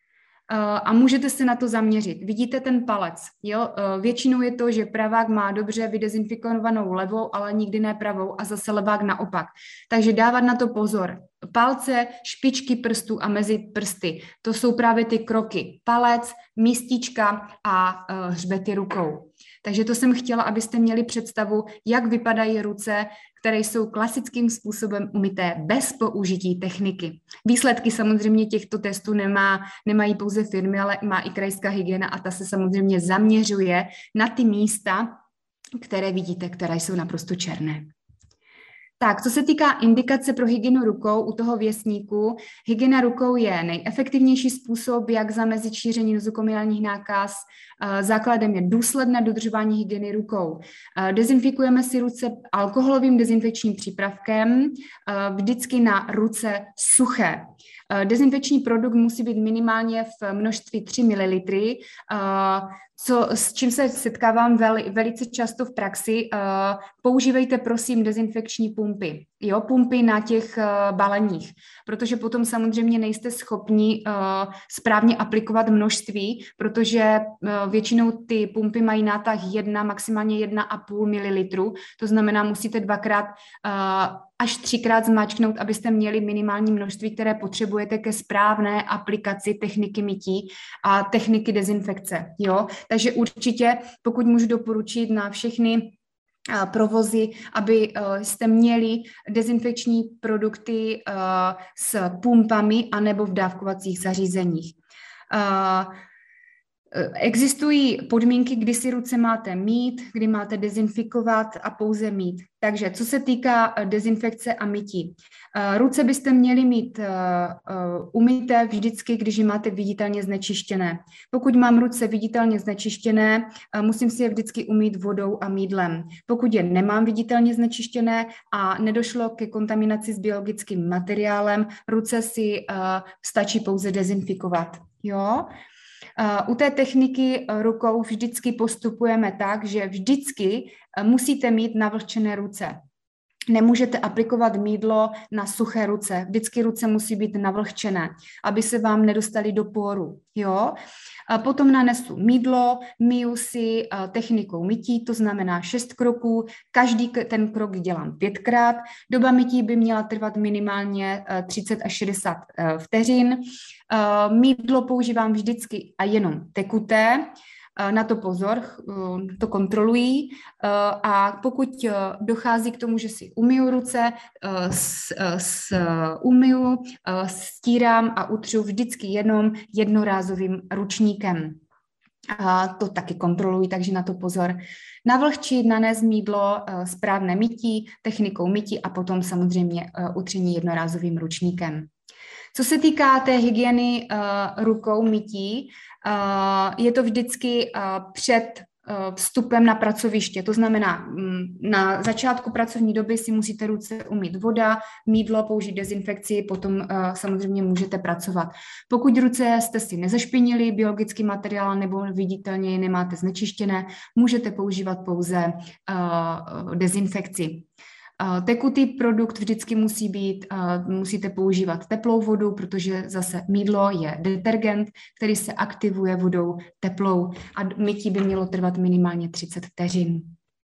a můžete se na to zaměřit. Vidíte ten palec, jo? Většinou je to, že pravák má dobře vydezinfikovanou levou, ale nikdy ne pravou a zase levák naopak. Takže dávat na to pozor. Palce, špičky prstů a mezi prsty. To jsou právě ty kroky. Palec, místička a hřbety rukou. Takže to jsem chtěla, abyste měli představu, jak vypadají ruce, které jsou klasickým způsobem umyté bez použití techniky. Výsledky samozřejmě těchto testů nemají pouze firmy, ale má i krajská hygiena a ta se samozřejmě zaměřuje na ty místa, které vidíte, které jsou naprosto černé. Tak, co se týká indikace pro hygienu rukou u toho věstníku, hygiena rukou je nejefektivnější způsob, jak zamezit šíření nozokomiálních nákaz. Základem je důsledné dodržování hygieny rukou. Dezinfikujeme si ruce alkoholovým dezinfekčním přípravkem, vždycky na ruce suché. Dezinfekční produkt musí být minimálně v množství 3 ml, s čím se setkávám velice často v praxi. Používejte prosím dezinfekční pumpy, jo, pumpy na těch baleních, protože potom samozřejmě nejste schopni správně aplikovat množství, protože většinou ty pumpy mají nátah 1, maximálně 1,5 ml, to znamená, musíte 2x až 3x zmáčknout, abyste měli minimální množství, které potřebujete ke správné aplikaci techniky mytí a techniky dezinfekce. Jo? Takže určitě, pokud můžu doporučit na všechny provozy, aby jste měli dezinfekční produkty s pumpami anebo v dávkovacích zařízeních. Existují podmínky, kdy si ruce máte mít, kdy máte dezinfikovat a pouze mít. Takže co se týká dezinfekce a mytí. Ruce byste měli mít umyté vždycky, když je máte viditelně znečištěné. Pokud mám ruce viditelně znečištěné, musím si je vždycky umýt vodou a mýdlem. Pokud je nemám viditelně znečištěné a nedošlo ke kontaminaci s biologickým materiálem, ruce si stačí pouze dezinfikovat. Jo? U té techniky rukou vždycky postupujeme tak, že vždycky musíte mít navlhčené ruce. Nemůžete aplikovat mýdlo na suché ruce. Vždycky ruce musí být navlhčené, aby se vám nedostaly do poru. Jo? Potom nanesu mýdlo, myju si technikou mytí, to znamená 6 kroků. Každý ten krok dělám 5krát. Doba mytí by měla trvat minimálně 30 až 60 vteřin. Mýdlo používám vždycky a jenom tekuté. Na to pozor, to kontrolují a pokud dochází k tomu, že si umyju ruce, umyju, stírám a utřu vždycky jenom jednorázovým ručníkem. To taky kontrolují, takže na to pozor. Navlhčit, nanést mýdlo, správné mytí, technikou mytí a potom samozřejmě utření jednorázovým ručníkem. Co se týká té hygieny rukou, mytí, je to vždycky před vstupem na pracoviště. To znamená, na začátku pracovní doby si musíte ruce umýt voda, mýdlo, použít dezinfekci, potom samozřejmě můžete pracovat. Pokud ruce jste si nezašpinili biologický materiál nebo viditelně je nemáte znečištěné, můžete používat pouze dezinfekci. Tekutý produkt vždycky musíte používat teplou vodu, protože zase mýdlo je detergent, který se aktivuje vodou teplou a mytí by mělo trvat minimálně 30 vteřin.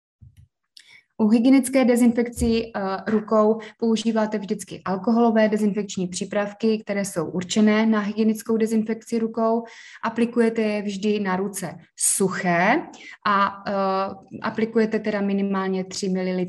U hygienické dezinfekci rukou používáte vždycky alkoholové dezinfekční přípravky, které jsou určené na hygienickou dezinfekci rukou. Aplikujete je vždy na ruce suché a aplikujete teda minimálně 3 ml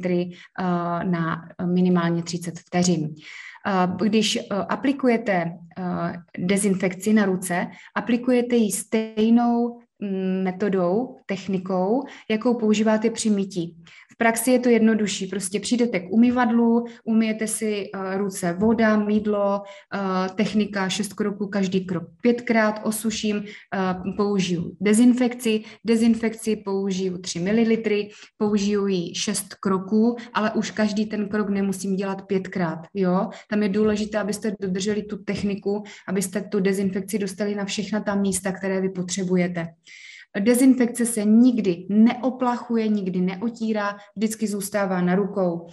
na minimálně 30 vteřin. Když aplikujete dezinfekci na ruce, aplikujete ji stejnou metodou, technikou, jakou používáte při mytí. V praxi je to jednodušší, prostě přijdete k umyvadlu, umyjete si ruce voda, mýdlo, technika 6 kroků, každý krok 5krát, osuším, použiju dezinfekci použiju 3 ml, použiju ji 6 kroků, ale už každý ten krok nemusím dělat 5krát, jo? Tam je důležité, abyste dodrželi tu techniku, abyste tu dezinfekci dostali na všechna ta místa, které vy potřebujete. Dezinfekce se nikdy neoplachuje, nikdy neotírá, vždycky zůstává na rukou.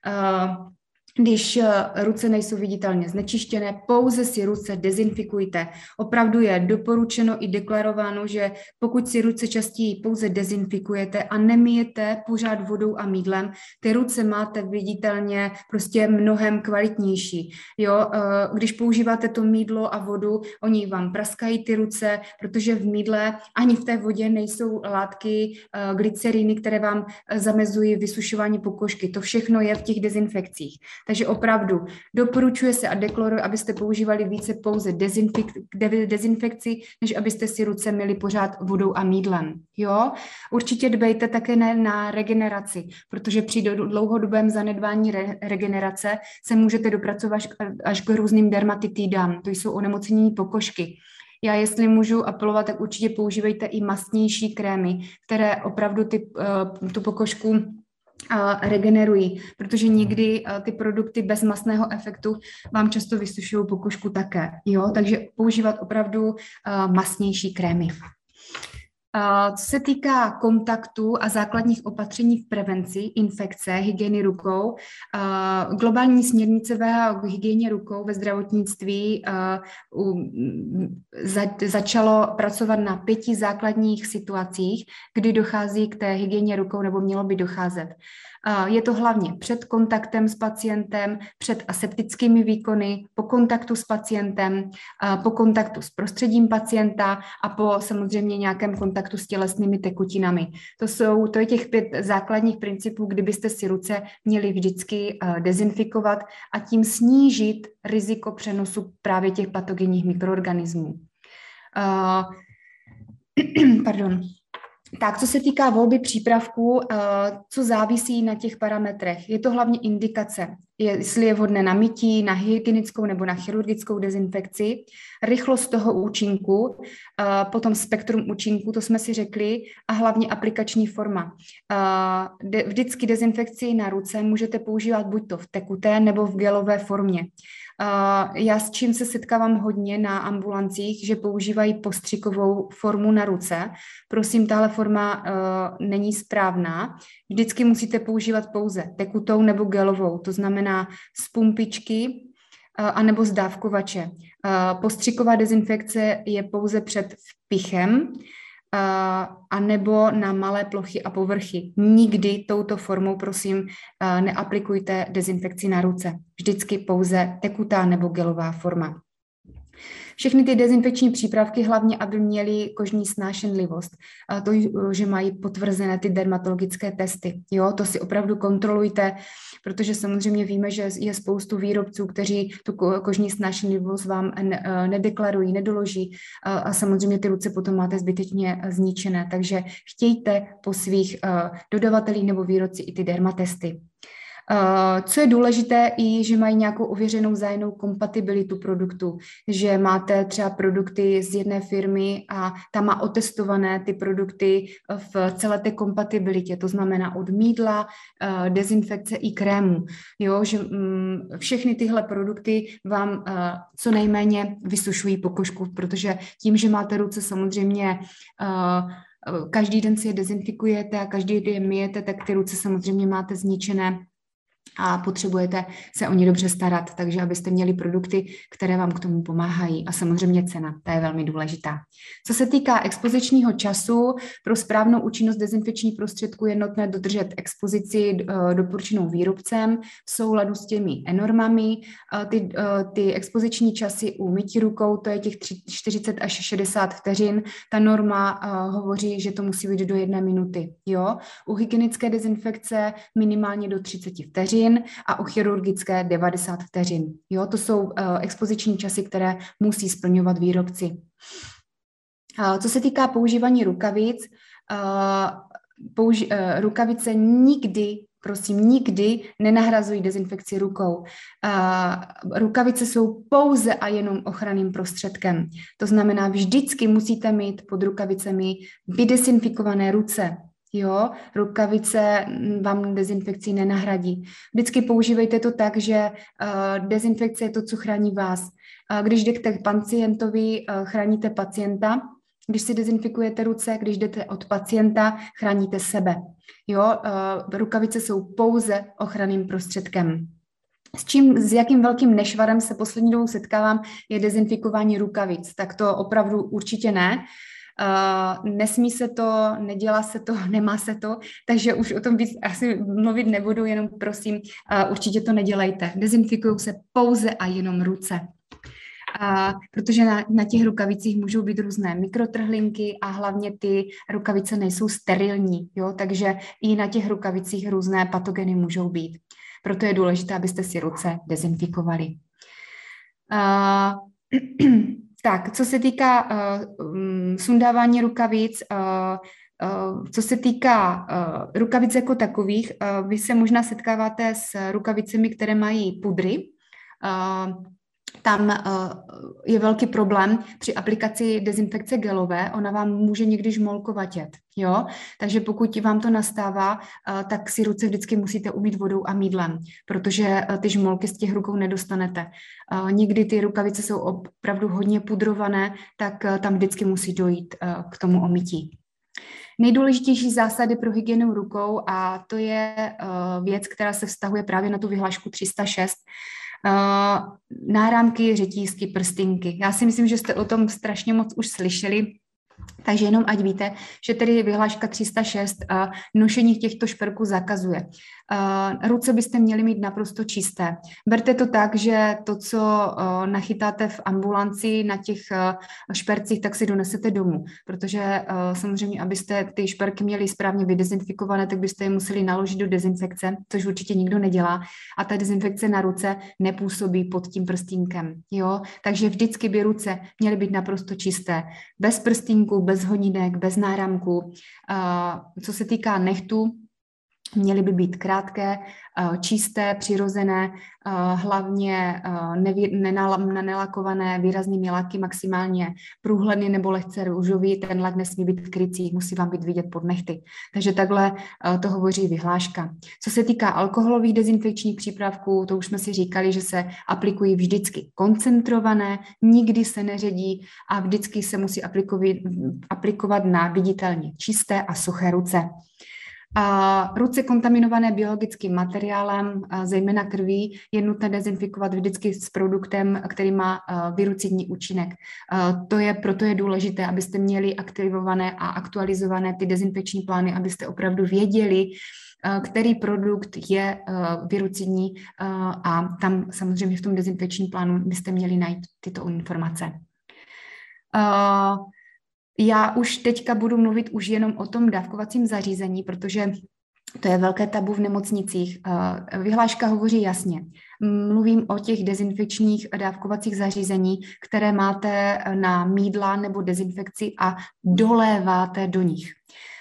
Když ruce nejsou viditelně znečištěné, pouze si ruce dezinfikujte. Opravdu je doporučeno i deklarováno, že pokud si ruce častěji pouze dezinfikujete a nemyjete pořád vodou a mýdlem, ty ruce máte viditelně prostě mnohem kvalitnější. Jo? Když používáte to mýdlo a vodu, oni vám praskají ty ruce, protože v mýdle ani v té vodě nejsou látky, glyceriny, které vám zamezují vysušování pokožky. To všechno je v těch dezinfekcích. Takže opravdu doporučuje se a deklaruje, abyste používali více pouze dezinfekci, než abyste si ruce myli pořád vodou a mýdlem. Jo? Určitě dbejte také na regeneraci, protože při dlouhodobém zanedbání regenerace se můžete dopracovat až k různým dermatitidám. To jsou onemocnění pokožky. Já, jestli můžu apelovat, tak určitě používejte i mastnější krémy, které opravdu tu pokožku regenerují, protože někdy ty produkty bez mastného efektu vám často vysušují pokožku také. Jo? Takže používat opravdu mastnější krémy. Co se týká kontaktu a základních opatření v prevenci infekce, hygieny rukou, globální směrnice WHO k hygieně rukou ve zdravotnictví začalo pracovat na 5 základních situacích, kdy dochází k té hygieně rukou nebo mělo by docházet. Je to hlavně před kontaktem s pacientem, před aseptickými výkony, po kontaktu s pacientem, po kontaktu s prostředím pacienta a po samozřejmě nějakém kontaktu s tělesnými tekutinami. To je těch 5 základních principů, kdybyste si ruce měli vždycky dezinfikovat a tím snížit riziko přenosu právě těch patogenních mikroorganismů. Pardon. Tak, co se týká volby přípravků, co závisí na těch parametrech, je to hlavně indikace, jestli je vhodné na mytí, na hygienickou nebo na chirurgickou dezinfekci, rychlost toho účinku, potom spektrum účinku, to jsme si řekli, a hlavně aplikační forma. Vždycky dezinfekci na ruce můžete používat buď to v tekuté nebo v gelové formě. Já s čím se setkávám hodně na ambulancích, že používají postřikovou formu na ruce. Prosím, tahle forma není správná. Vždycky musíte používat pouze tekutou nebo gelovou, to znamená z pumpičky anebo z dávkovače. Postřiková dezinfekce je pouze před vpichem a nebo na malé plochy a povrchy. Nikdy touto formou, prosím, neaplikujte dezinfekci na ruce. Vždycky pouze tekutá nebo gelová forma. Všechny ty dezinfekční přípravky hlavně, aby měly kožní snášenlivost. To, že mají potvrzené ty dermatologické testy. Jo, to si opravdu kontrolujte, protože samozřejmě víme, že je spoustu výrobců, kteří tu kožní snášenlivost vám nedeklarují, nedoloží a samozřejmě ty ruce potom máte zbytečně zničené. Takže chtějte po svých dodavatelích nebo výrobci i ty dermatesty. Co je důležité i, že mají nějakou ověřenou vzájemnou kompatibilitu produktu, že máte třeba produkty z jedné firmy a ta má otestované ty produkty v celé té kompatibilitě, to znamená od mýdla, dezinfekce i krému, jo, že všechny tyhle produkty vám co nejméně vysušují pokožku, protože tím, že máte ruce samozřejmě každý den si je dezinfikujete a každý den je myjete, tak ty ruce samozřejmě máte zničené a potřebujete se o ně dobře starat, takže abyste měli produkty, které vám k tomu pomáhají. A samozřejmě cena, ta je velmi důležitá. Co se týká expozičního času, pro správnou účinnost dezinfekčních prostředků je nutné dodržet expozici doporučenou výrobcem v souladu s těmi normami. Ty expoziční časy u mytí rukou, to je těch 40 až 60 vteřin. Ta norma hovoří, že to musí být do 1 minuty. Jo? U hygienické dezinfekce minimálně do 30 vteřin a u chirurgické 90 vteřin. Jo, to jsou expoziční časy, které musí splňovat výrobci. Co se týká používání rukavic, rukavice nikdy nenahrazují dezinfekci rukou. Rukavice jsou pouze a jenom ochranným prostředkem. To znamená, vždycky musíte mít pod rukavicemi vydezinfikované ruce. Jo, rukavice vám dezinfekci nenahradí. Vždycky používejte to tak, že dezinfekce je to, co chrání vás. Když jdete k pacientovi, chráníte pacienta. Když si dezinfikujete ruce, když jdete od pacienta, chráníte sebe. Jo, rukavice jsou pouze ochranným prostředkem. S jakým velkým nešvarem se poslední dobou setkávám, je dezinfikování rukavic. Tak to opravdu určitě ne. Nesmí se to, nedělá se to, nemá se to, takže už o tom víc asi mluvit nebudu, jenom prosím, určitě to nedělejte. Dezinfikují se pouze a jenom ruce. Protože na těch rukavicích můžou být různé mikrotrhlinky a hlavně ty rukavice nejsou sterilní, jo? Takže i na těch rukavicích různé patogeny můžou být. Proto je důležité, abyste si ruce dezinfikovali. Tak, co se týká sundávání rukavic, co se týká rukavic jako takových, vy se možná setkáváte s rukavicemi, které mají pudry. Tam je velký problém při aplikaci dezinfekce gelové, ona vám může někdy žmolkovatět, jo? Takže pokud vám to nastává, tak si ruce vždycky musíte umýt vodou a mýdlem, protože ty žmolky z těch rukou nedostanete. Někdy ty rukavice jsou opravdu hodně pudrované, tak tam vždycky musí dojít k tomu omytí. Nejdůležitější zásady pro hygienu rukou, a to je věc, která se vztahuje právě na tu vyhlášku 306, náramky, řetízky, prstinky. Já si myslím, že jste o tom strašně moc už slyšeli, takže jenom ať víte, že tedy vyhláška 306 nošení těchto šperků zakazuje. Ruce byste měli mít naprosto čisté. Berte to tak, že to, co nachytáte v ambulanci na těch špercích, tak si donesete domů, protože samozřejmě, abyste ty šperky měli správně vydezinfikované, tak byste je museli naložit do dezinfekce, což určitě nikdo nedělá, a ta dezinfekce na ruce nepůsobí pod tím prstínkem. Jo? Takže vždycky by ruce měly být naprosto čisté, bez prstínku, bez honinek, bez náramku. Co se týká nechtů, měly by být krátké, čisté, přirozené, hlavně nenalakované výraznými laky, maximálně průhledný nebo lehce růžový, ten lak nesmí být krycí, musí vám být vidět pod nehty. Takže takhle to hovoří vyhláška. Co se týká alkoholových dezinfekčních přípravků, to už jsme si říkali, že se aplikují vždycky koncentrované, nikdy se neředí a vždycky se musí aplikovat na viditelně čisté a suché ruce. Ruce kontaminované biologickým materiálem, zejména krví, je nutné dezinfikovat vždycky s produktem, který má virucidní účinek. Proto je důležité, abyste měli aktivované a aktualizované ty dezinfekční plány, abyste opravdu věděli, který produkt je virucidní, a tam samozřejmě v tom dezinfekčním plánu byste měli najít tyto informace. Já už teďka budu mluvit už jenom o tom dávkovacím zařízení, protože to je velké tabu v nemocnicích. Vyhláška hovoří jasně. Mluvím o těch dezinfekčních dávkovacích zařízení, které máte na mýdla nebo dezinfekci a doléváte do nich.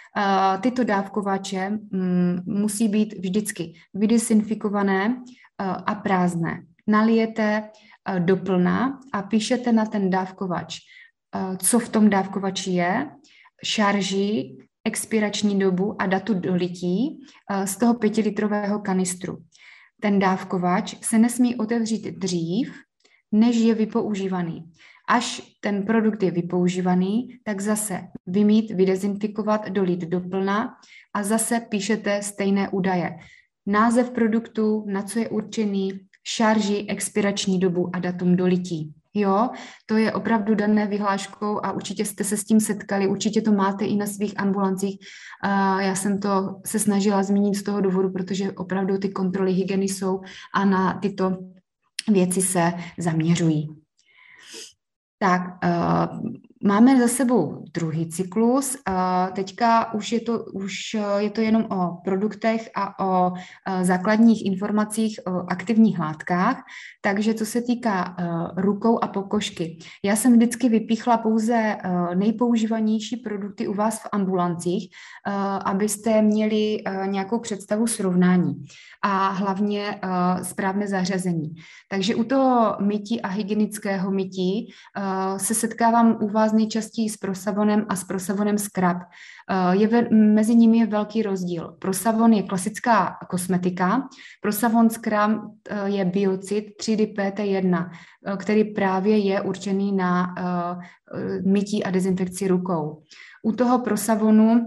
Tyto dávkovače musí být vždycky vydesinfikované a prázdné. Nalijete doplna a píšete na ten dávkovač, co v tom dávkovači je, šarži, expirační dobu a datu dolití z toho 5litrového kanistru. Ten dávkovač se nesmí otevřít dřív, než je vypoužívaný. Až ten produkt je vypoužívaný, tak zase vymýt, vydezinfikovat, dolít doplna a zase píšete stejné údaje. Název produktu, na co je určený, šarži, expirační dobu a datum dolití. Jo, to je opravdu dané vyhláškou a určitě jste se s tím setkali, určitě to máte i na svých ambulancích. Já jsem to se snažila zmínit z toho důvodu, protože opravdu ty kontroly hygieny jsou a na tyto věci se zaměřují. Tak, máme za sebou druhý cyklus. Teďka už je to jenom o produktech a o základních informacích o aktivních látkách. Takže co se týká rukou a pokožky. Já jsem vždycky vypíchla pouze nejpoužívanější produkty u vás v ambulancích, abyste měli nějakou představu srovnání a hlavně správné zařazení. Takže u toho mytí a hygienického mytí se setkávám u vás nejčastěji s Prosavonem a s Prosavonem Scrub. Mezi nimi je velký rozdíl. Prosavon je klasická kosmetika, Prosavon Scrub je biocid 3D-PT1, který právě je určený na mytí a dezinfekci rukou. U toho Prosavonu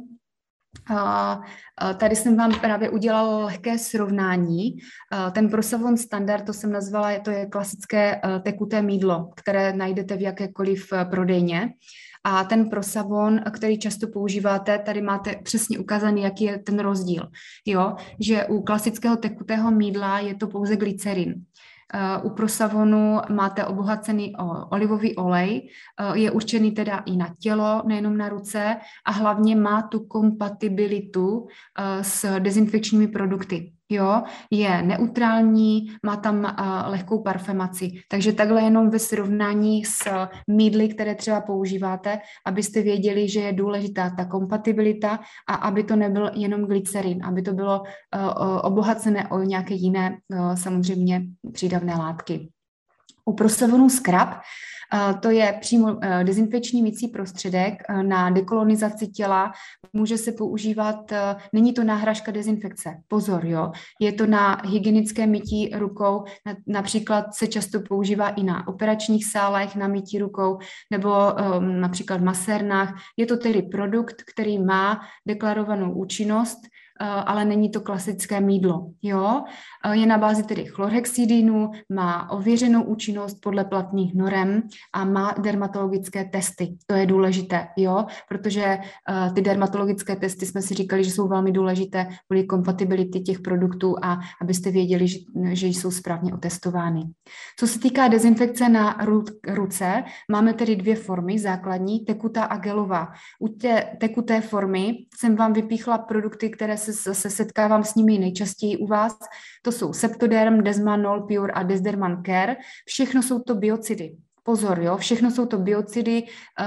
tady jsem vám právě udělala lehké srovnání. Ten Prosavon standard, to jsem nazvala, to je klasické tekuté mýdlo, které najdete v jakékoliv prodejně. A ten Prosavon, který často používáte, tady máte přesně ukázaný, jaký je ten rozdíl. Jo? Že u klasického tekutého mýdla je to pouze glycerin. U Prosavonu máte obohacený olivový olej, je určený teda i na tělo, nejenom na ruce a hlavně má tu kompatibilitu s dezinfekčními produkty. Jo, je neutrální, má tam lehkou parfemaci. Takže takhle jenom ve srovnání s mýdly, které třeba používáte, abyste věděli, že je důležitá ta kompatibilita a aby to nebyl jenom glycerin, aby to bylo obohacené o nějaké jiné samozřejmě přídavné látky. U Prosavonu Scrub to je přímo dezinfekční mycí prostředek na dekolonizaci těla. Může se používat, není to náhražka dezinfekce, pozor, jo. Je to na hygienické mytí rukou, například se často používá i na operačních sálech na mytí rukou nebo například v masérnách. Je to tedy produkt, který má deklarovanou účinnost, ale není to klasické mýdlo. Jo? Je na bázi tedy chlorhexidinu, má ověřenou účinnost podle platných norem a má dermatologické testy. To je důležité, jo? Protože ty dermatologické testy jsme si říkali, že jsou velmi důležité kvůli kompatibility těch produktů a abyste věděli, že jsou správně otestovány. Co se týká dezinfekce na ruce, máme tedy dvě formy základní, tekutá a gelová. U té tekuté formy jsem vám vypíchla produkty, které se setkávám s nimi nejčastěji u vás. To jsou Septoderm, Desmanol Pure a Desderman Care. Všechno jsou to biocidy. Pozor, jo, všechno jsou to biocidy,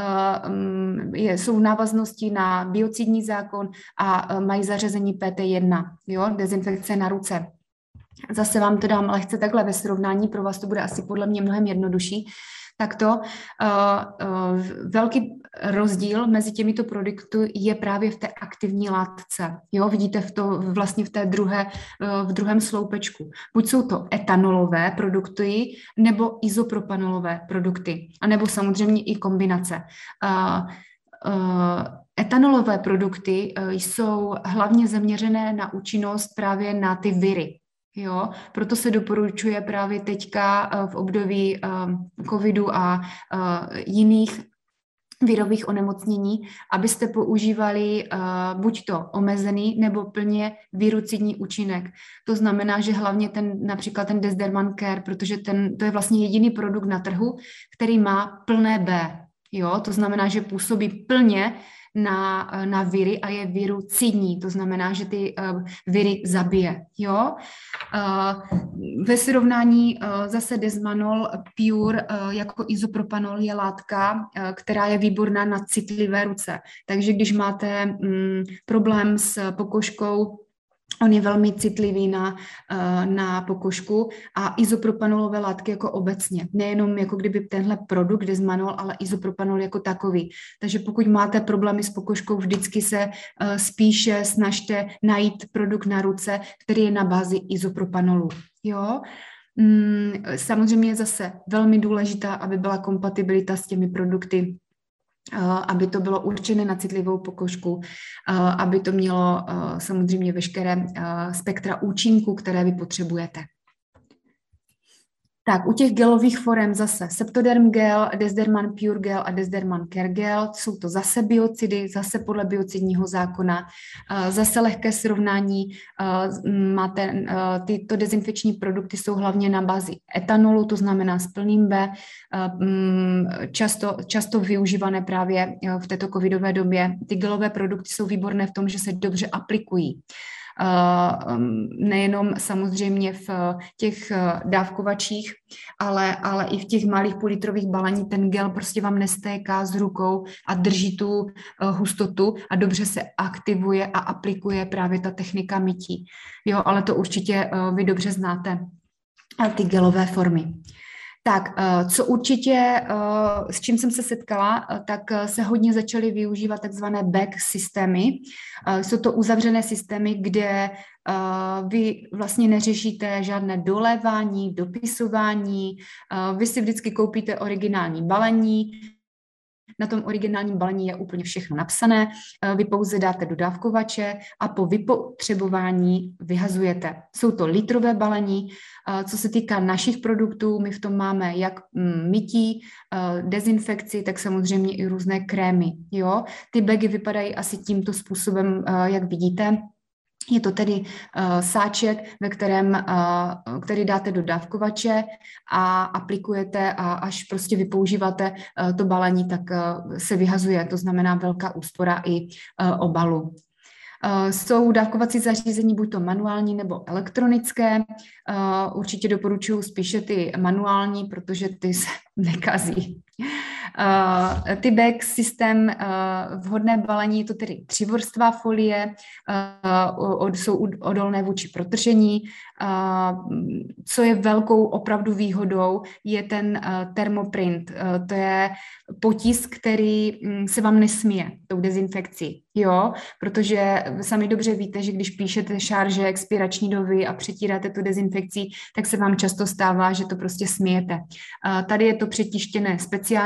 jsou v návaznosti na biocidní zákon a mají zařazení PT1, jo, dezinfekce na ruce. Zase vám to dám lehce takhle ve srovnání, pro vás to bude asi podle mě mnohem jednodušší. Takto velký rozdíl mezi těmito produkty je právě v té aktivní látce. Jo, vidíte vlastně v druhém sloupečku. Buď jsou to etanolové produkty, nebo izopropanolové produkty, anebo samozřejmě i kombinace. Etanolové produkty jsou hlavně zaměřené na účinnost právě na ty viry. Jo, proto se doporučuje právě teďka v období covidu a jiných virových onemocnění, abyste používali buď to omezený nebo plně virucidní účinek. To znamená, že hlavně například ten Desderman Care, protože to je vlastně jediný produkt na trhu, který má plné B. Jo, to znamená, že působí plně na viry a je virucidní, to znamená, že ty viry zabije. Jo? Ve srovnání zase Desmanol Pure jako izopropanol je látka, která je výborná na citlivé ruce. Takže když máte problém s pokožkou, on je velmi citlivý na pokožku a izopropanolové látky jako obecně. Nejenom jako kdyby tenhle produkt Desmanol, ale izopropanol jako takový. Takže pokud máte problémy s pokožkou, vždycky se spíše snažte najít produkt na ruce, který je na bázi izopropanolu. Jo? Samozřejmě je zase velmi důležitá, aby byla kompatibilita s těmi produkty, aby to bylo určené na citlivou pokožku, aby to mělo samozřejmě veškeré spektra účinků, které vy potřebujete. Tak, u těch gelových forem zase Septoderm gel, Desderman Pure gel a Desderman Care gel, jsou to zase biocidy, zase podle biocidního zákona, zase lehké srovnání, máte, tyto dezinfekční produkty jsou hlavně na bázi etanolu, to znamená s plným B, často využívané právě v této covidové době. Ty gelové produkty jsou výborné v tom, že se dobře aplikují. Nejenom samozřejmě v těch dávkovačích, ale i v těch malých půllitrových balení ten gel prostě vám nestéká z rukou a drží tu hustotu a dobře se aktivuje a aplikuje právě ta technika mytí. Jo, ale to určitě vy dobře znáte, ty gelové formy. Tak, co určitě, s čím jsem se setkala, tak se hodně začaly využívat takzvané bag systémy. Jsou to uzavřené systémy, kde vy vlastně neřešíte žádné dolévání, dopisování, vy si vždycky koupíte originální balení, na tom originálním balení je úplně všechno napsané, vy pouze dáte do dávkovače a po vypotřebování vyhazujete. Jsou to litrové balení. Co se týká našich produktů, my v tom máme jak mytí, dezinfekci, tak samozřejmě i různé krémy. Jo? Ty bagy vypadají asi tímto způsobem, jak vidíte. Je to tedy sáček, který dáte do dávkovače a aplikujete a až prostě vypoužíváte to balení, tak se vyhazuje. To znamená velká úspora i obalu. Jsou dávkovací zařízení buď to manuální nebo elektronické. Určitě doporučuji spíše ty manuální, protože ty se nekazí. Ty bag systém, vhodné balení, je to tedy 3vrstvá folie, jsou odolné vůči protržení. Co je velkou opravdu výhodou, je ten thermoprint. To je potisk, který se vám nesměje tou dezinfekcí, jo? Protože sami dobře víte, že když píšete šarže, expirační doby a přetíráte tu dezinfekcí, tak se vám často stává, že to prostě smějete. Tady je to přetištěné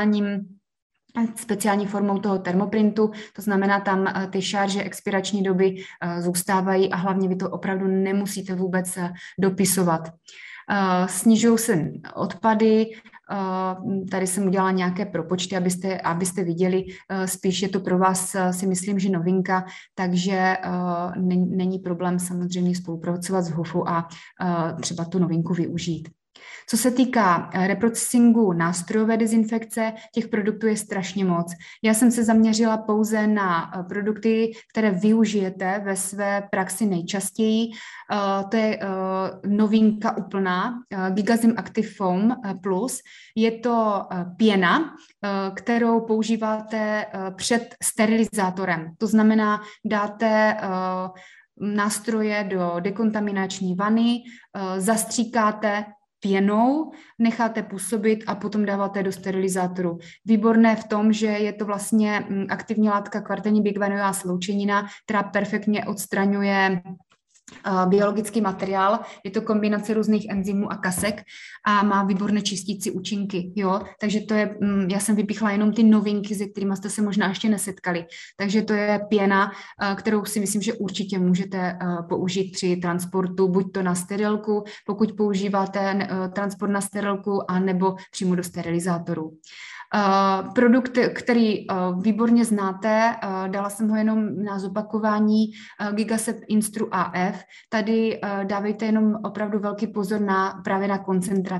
speciální formou toho termoprintu, to znamená, tam ty šarže, expirační doby zůstávají a hlavně vy to opravdu nemusíte vůbec dopisovat. Snižují se odpady, tady jsem udělala nějaké propočty, abyste viděli, spíš je to pro vás, si myslím, že novinka, takže není problém samozřejmě spolupracovat s HUFu a třeba tu novinku využít. Co se týká reprocesingu nástrojové dezinfekce, těch produktů je strašně moc. Já jsem se zaměřila pouze na produkty, které využijete ve své praxi nejčastěji. To je novinka úplná, Gigazym Active Foam Plus. Je to pěna, kterou používáte před sterilizátorem. To znamená, dáte nástroje do dekontaminační vany, zastříkáte pěnou, necháte působit a potom dáváte do sterilizátoru. Výborné v tom, že je to vlastně aktivní látka kvartení bigvanová sloučenina, která perfektně odstraňuje biologický materiál, je to kombinace různých enzymů a kasek a má výborné čistící účinky, jo, takže to je, já jsem vypíchla jenom ty novinky, se kterými jste se možná ještě nesetkali, takže to je pěna, kterou si myslím, že určitě můžete použít při transportu, buď to na sterilku, pokud používáte transport na sterilku, anebo přímo do sterilizátoru. Produkt, který výborně znáte, dala jsem ho jenom na zopakování, Gigasep Instru AF. Tady dávejte jenom opravdu velký pozor právě na koncentrace.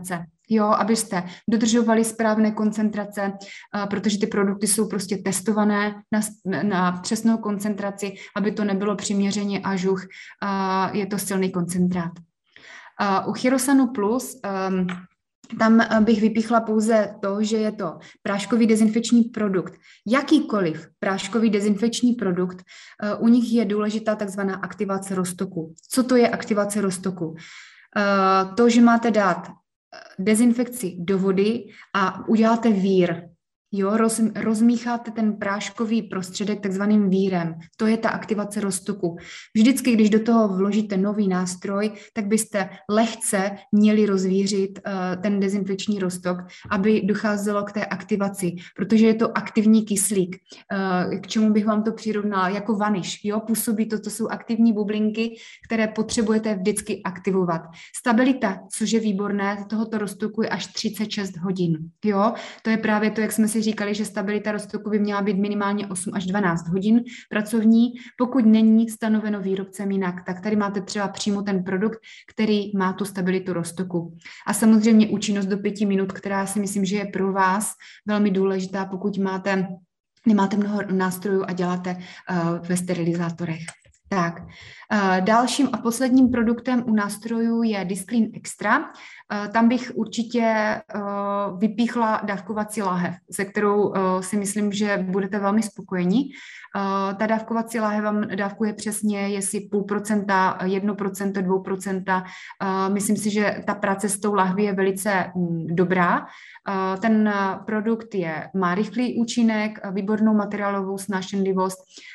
jo, abyste dodržovali správné koncentrace, protože ty produkty jsou prostě testované na přesnou koncentraci, aby to nebylo přiměřeně ažuch, je to silný koncentrát. U Chirosanu Plus tam bych vypíchla pouze to, že je to práškový dezinfekční produkt. Jakýkoliv práškový dezinfekční produkt, u nich je důležitá takzvaná aktivace roztoku. Co to je aktivace roztoku? To, že máte dát dezinfekci do vody a uděláte vír. Jo, rozmícháte ten práškový prostředek takzvaným vírem. To je ta aktivace roztoku. Vždycky, když do toho vložíte nový nástroj, tak byste lehce měli rozvířit ten dezinfekční roztok, aby docházelo k té aktivaci, protože je to aktivní kyslík. K čemu bych vám to přirovnala? Jako vaniš. Jo, působí to jsou aktivní bublinky, které potřebujete vždycky aktivovat. Stabilita, což je výborné, tohoto roztoku je až 36 hodin. Jo, to je právě to, jak jsme si říkali, že stabilita roztoku by měla být minimálně 8 až 12 hodin pracovní. Pokud není stanoveno výrobcem jinak, tak tady máte třeba přímo ten produkt, který má tu stabilitu roztoku. A samozřejmě účinnost do 5 minut, která si myslím, že je pro vás velmi důležitá, pokud nemáte mnoho nástrojů a děláte ve sterilizátorech. Tak, dalším a posledním produktem u nástrojů je Disclean Extra. Tam bych určitě vypíchla dávkovací láhev, se kterou si myslím, že budete velmi spokojeni. Ta dávkovací láhev vám dávkuje přesně, jestli 0,5%, 1%, 2%. Myslím si, že ta práce s tou lahví je velice dobrá. Ten produkt má rychlý účinek, výbornou materiálovou snášenlivost,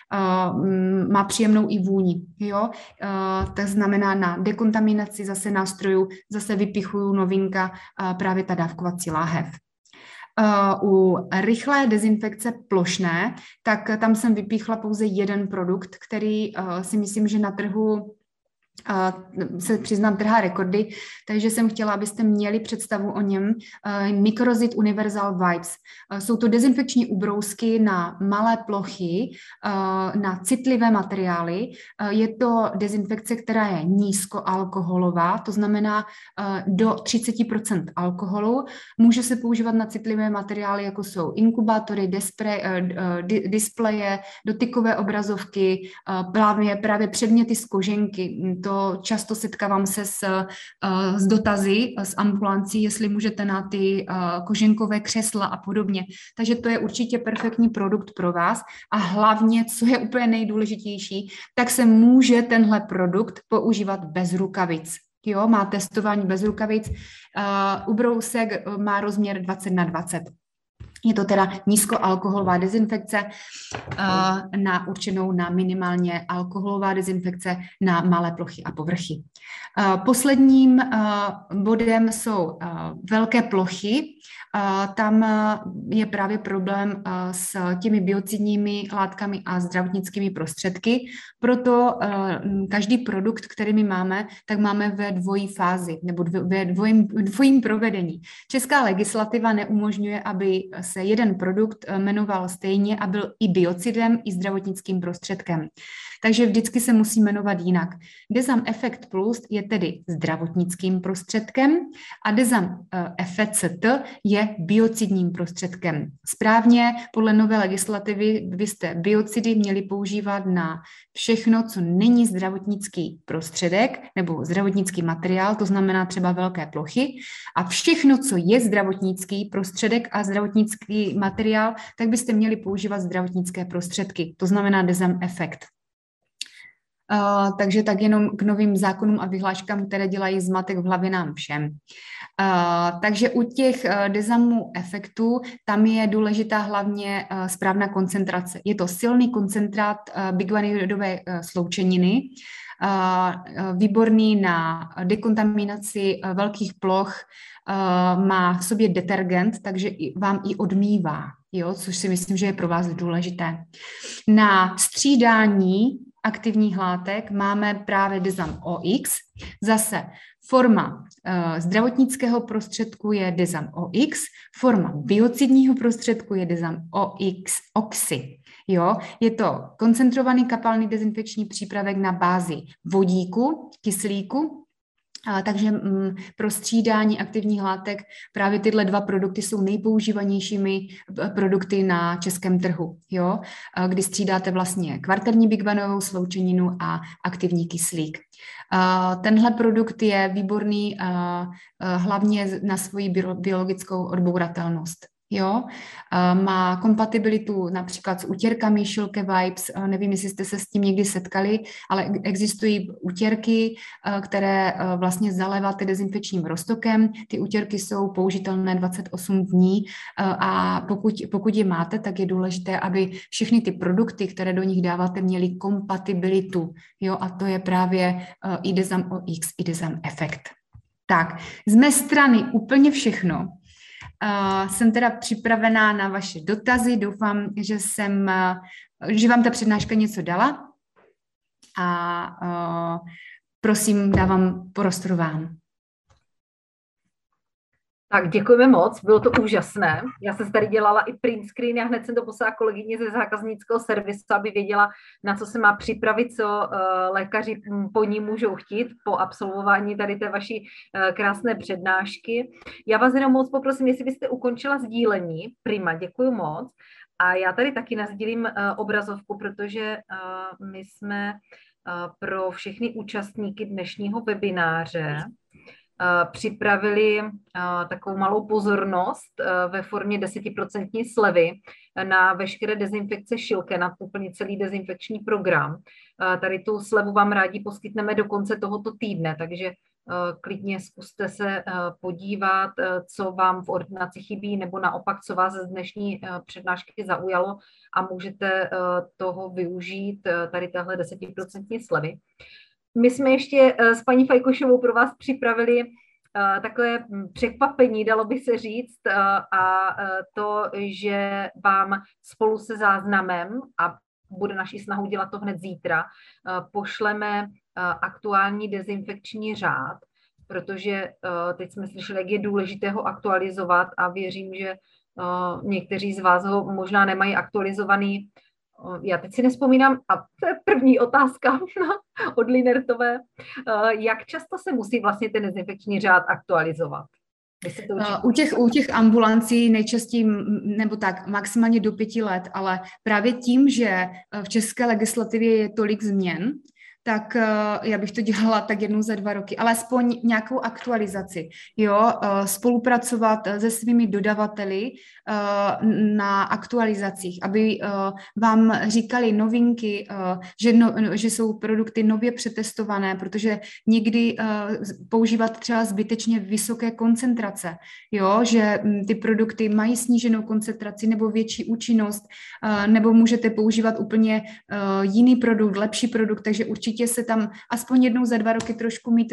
má příjemnou i vůni. Jo? To znamená na dekontaminaci zase nástrojů, zase vypichuju novinka právě ta dávkovací láhev. U rychlé dezinfekce plošné, tak tam jsem vypíchla pouze jeden produkt, který si myslím, že na trhu se přiznám, trhá rekordy, takže jsem chtěla, abyste měli představu o něm. Microzit Universal Wipes. Jsou to dezinfekční ubrousky na malé plochy, na citlivé materiály. Je to dezinfekce, která je nízkoalkoholová, to znamená do 30% alkoholu. Může se používat na citlivé materiály, jako jsou inkubátory, displeje, dotykové obrazovky, právě předměty z koženky. To často setkávám se s dotazy z ambulancí, jestli můžete na ty koženkové křesla a podobně. Takže to je určitě perfektní produkt pro vás a hlavně, co je úplně nejdůležitější, tak se může tenhle produkt používat bez rukavic. Jo, má testování bez rukavic. Ubrousek má rozměr 20x20. Je to teda nízkoalkoholová dezinfekce určenou na minimálně alkoholová dezinfekce na malé plochy a povrchy. Posledním bodem jsou velké plochy. Tam je právě problém s těmi biocidními látkami a zdravotnickými prostředky. Proto každý produkt, který my máme, tak máme ve dvojí fázi nebo ve dvojím provedení. Česká legislativa neumožňuje, aby se jeden produkt jmenoval stejně a byl i biocidem, i zdravotnickým prostředkem. Takže vždycky se musí jmenovat jinak. Dezam Effect Plus je tedy zdravotnickým prostředkem a Dezam FCT je biocidním prostředkem. Správně, podle nové legislativy byste biocidy měli používat na všechno, co není zdravotnický prostředek nebo zdravotnický materiál, to znamená třeba velké plochy, a všechno, co je zdravotnický prostředek a zdravotnický materiál, tak byste měli používat zdravotnické prostředky, to znamená Dezam Effect. Takže tak jenom k novým zákonům a vyhláškám, které dělají zmatek v hlavě nám všem. Takže u těch Dezamů efektů tam je důležitá hlavně správná koncentrace. Je to silný koncentrát biguanidové sloučeniny, výborný na dekontaminaci velkých ploch, má v sobě detergent, takže vám i odmývá, jo, což si myslím, že je pro vás důležité. Na střídání aktivních látek máme právě Dezam OX. Zase forma zdravotnického prostředku je Dezam OX, forma biocidního prostředku je Dezam OX Oxy. Jo, je to koncentrovaný kapalný dezinfekční přípravek na bázi vodíku, kyslíku, Takže pro střídání aktivních látek právě tyhle dva produkty jsou nejpoužívanějšími produkty na českém trhu, jo? Kdy střídáte vlastně kvarterní bigbanovou sloučeninu a aktivní kyslík. Tenhle produkt je výborný hlavně na svoji biologickou odbouratelnost. Jo, má kompatibilitu například s utěrkami Schilke Vibes, nevím, jestli jste se s tím někdy setkali, ale existují utěrky, které vlastně zaléváte dezinfekčním roztokem. Ty utěrky jsou použitelné 28 dní a pokud je máte, tak je důležité, aby všechny ty produkty, které do nich dáváte, měly kompatibilitu. Jo, a to je právě IDESAM OX, IDESAM efekt. Tak, z mé strany úplně všechno. Jsem teda připravená na vaše dotazy, doufám, že vám ta přednáška něco dala a prosím, dávám prostor vám. Tak děkujeme moc, bylo to úžasné. Já jsem tady dělala i print screen a hned jsem to poslala kolegyně ze zákaznického servisu, aby věděla, na co se má připravit, co lékaři po ní můžou chtít po absolvování tady té vaší krásné přednášky. Já vás jenom moc poprosím, jestli byste ukončila sdílení. Prima, děkuji moc. A já tady taky nasdílím obrazovku, protože my jsme pro všechny účastníky dnešního webináře připravili takovou malou pozornost ve formě 10% slevy na veškeré dezinfekce Schilke, na úplně celý dezinfekční program. Tady tu slevu vám rádi poskytneme do konce tohoto týdne, takže klidně zkuste se podívat, co vám v ordinaci chybí, nebo naopak, co vás z dnešní přednášky zaujalo a můžete toho využít, tady téhle 10% slevy. My jsme ještě s paní Fajkošovou pro vás připravili takové překvapení, dalo by se říct, a to, že vám spolu se záznamem, a bude naší snahou dělat to hned zítra, pošleme aktuální dezinfekční řád, protože teď jsme slyšeli, jak je důležité ho aktualizovat a věřím, že někteří z vás ho možná nemají aktualizovaný. Já teď si nevzpomínám, a to je první otázka od Linertové, jak často se musí vlastně ten dezinfekční řád aktualizovat? U těch ambulancí nejčastěji, nebo tak, maximálně do 5 let, ale právě tím, že v české legislativě je tolik změn, tak já bych to dělala tak 1 za 2 roky, alespoň nějakou aktualizaci, jo, spolupracovat se svými dodavateli na aktualizacích, aby vám říkali novinky, že jsou produkty nově přetestované, protože někdy používat třeba zbytečně vysoké koncentrace, jo, že ty produkty mají sníženou koncentraci nebo větší účinnost, nebo můžete používat úplně jiný produkt, lepší produkt, takže určitě se tam aspoň 1 za 2 roky trošku mít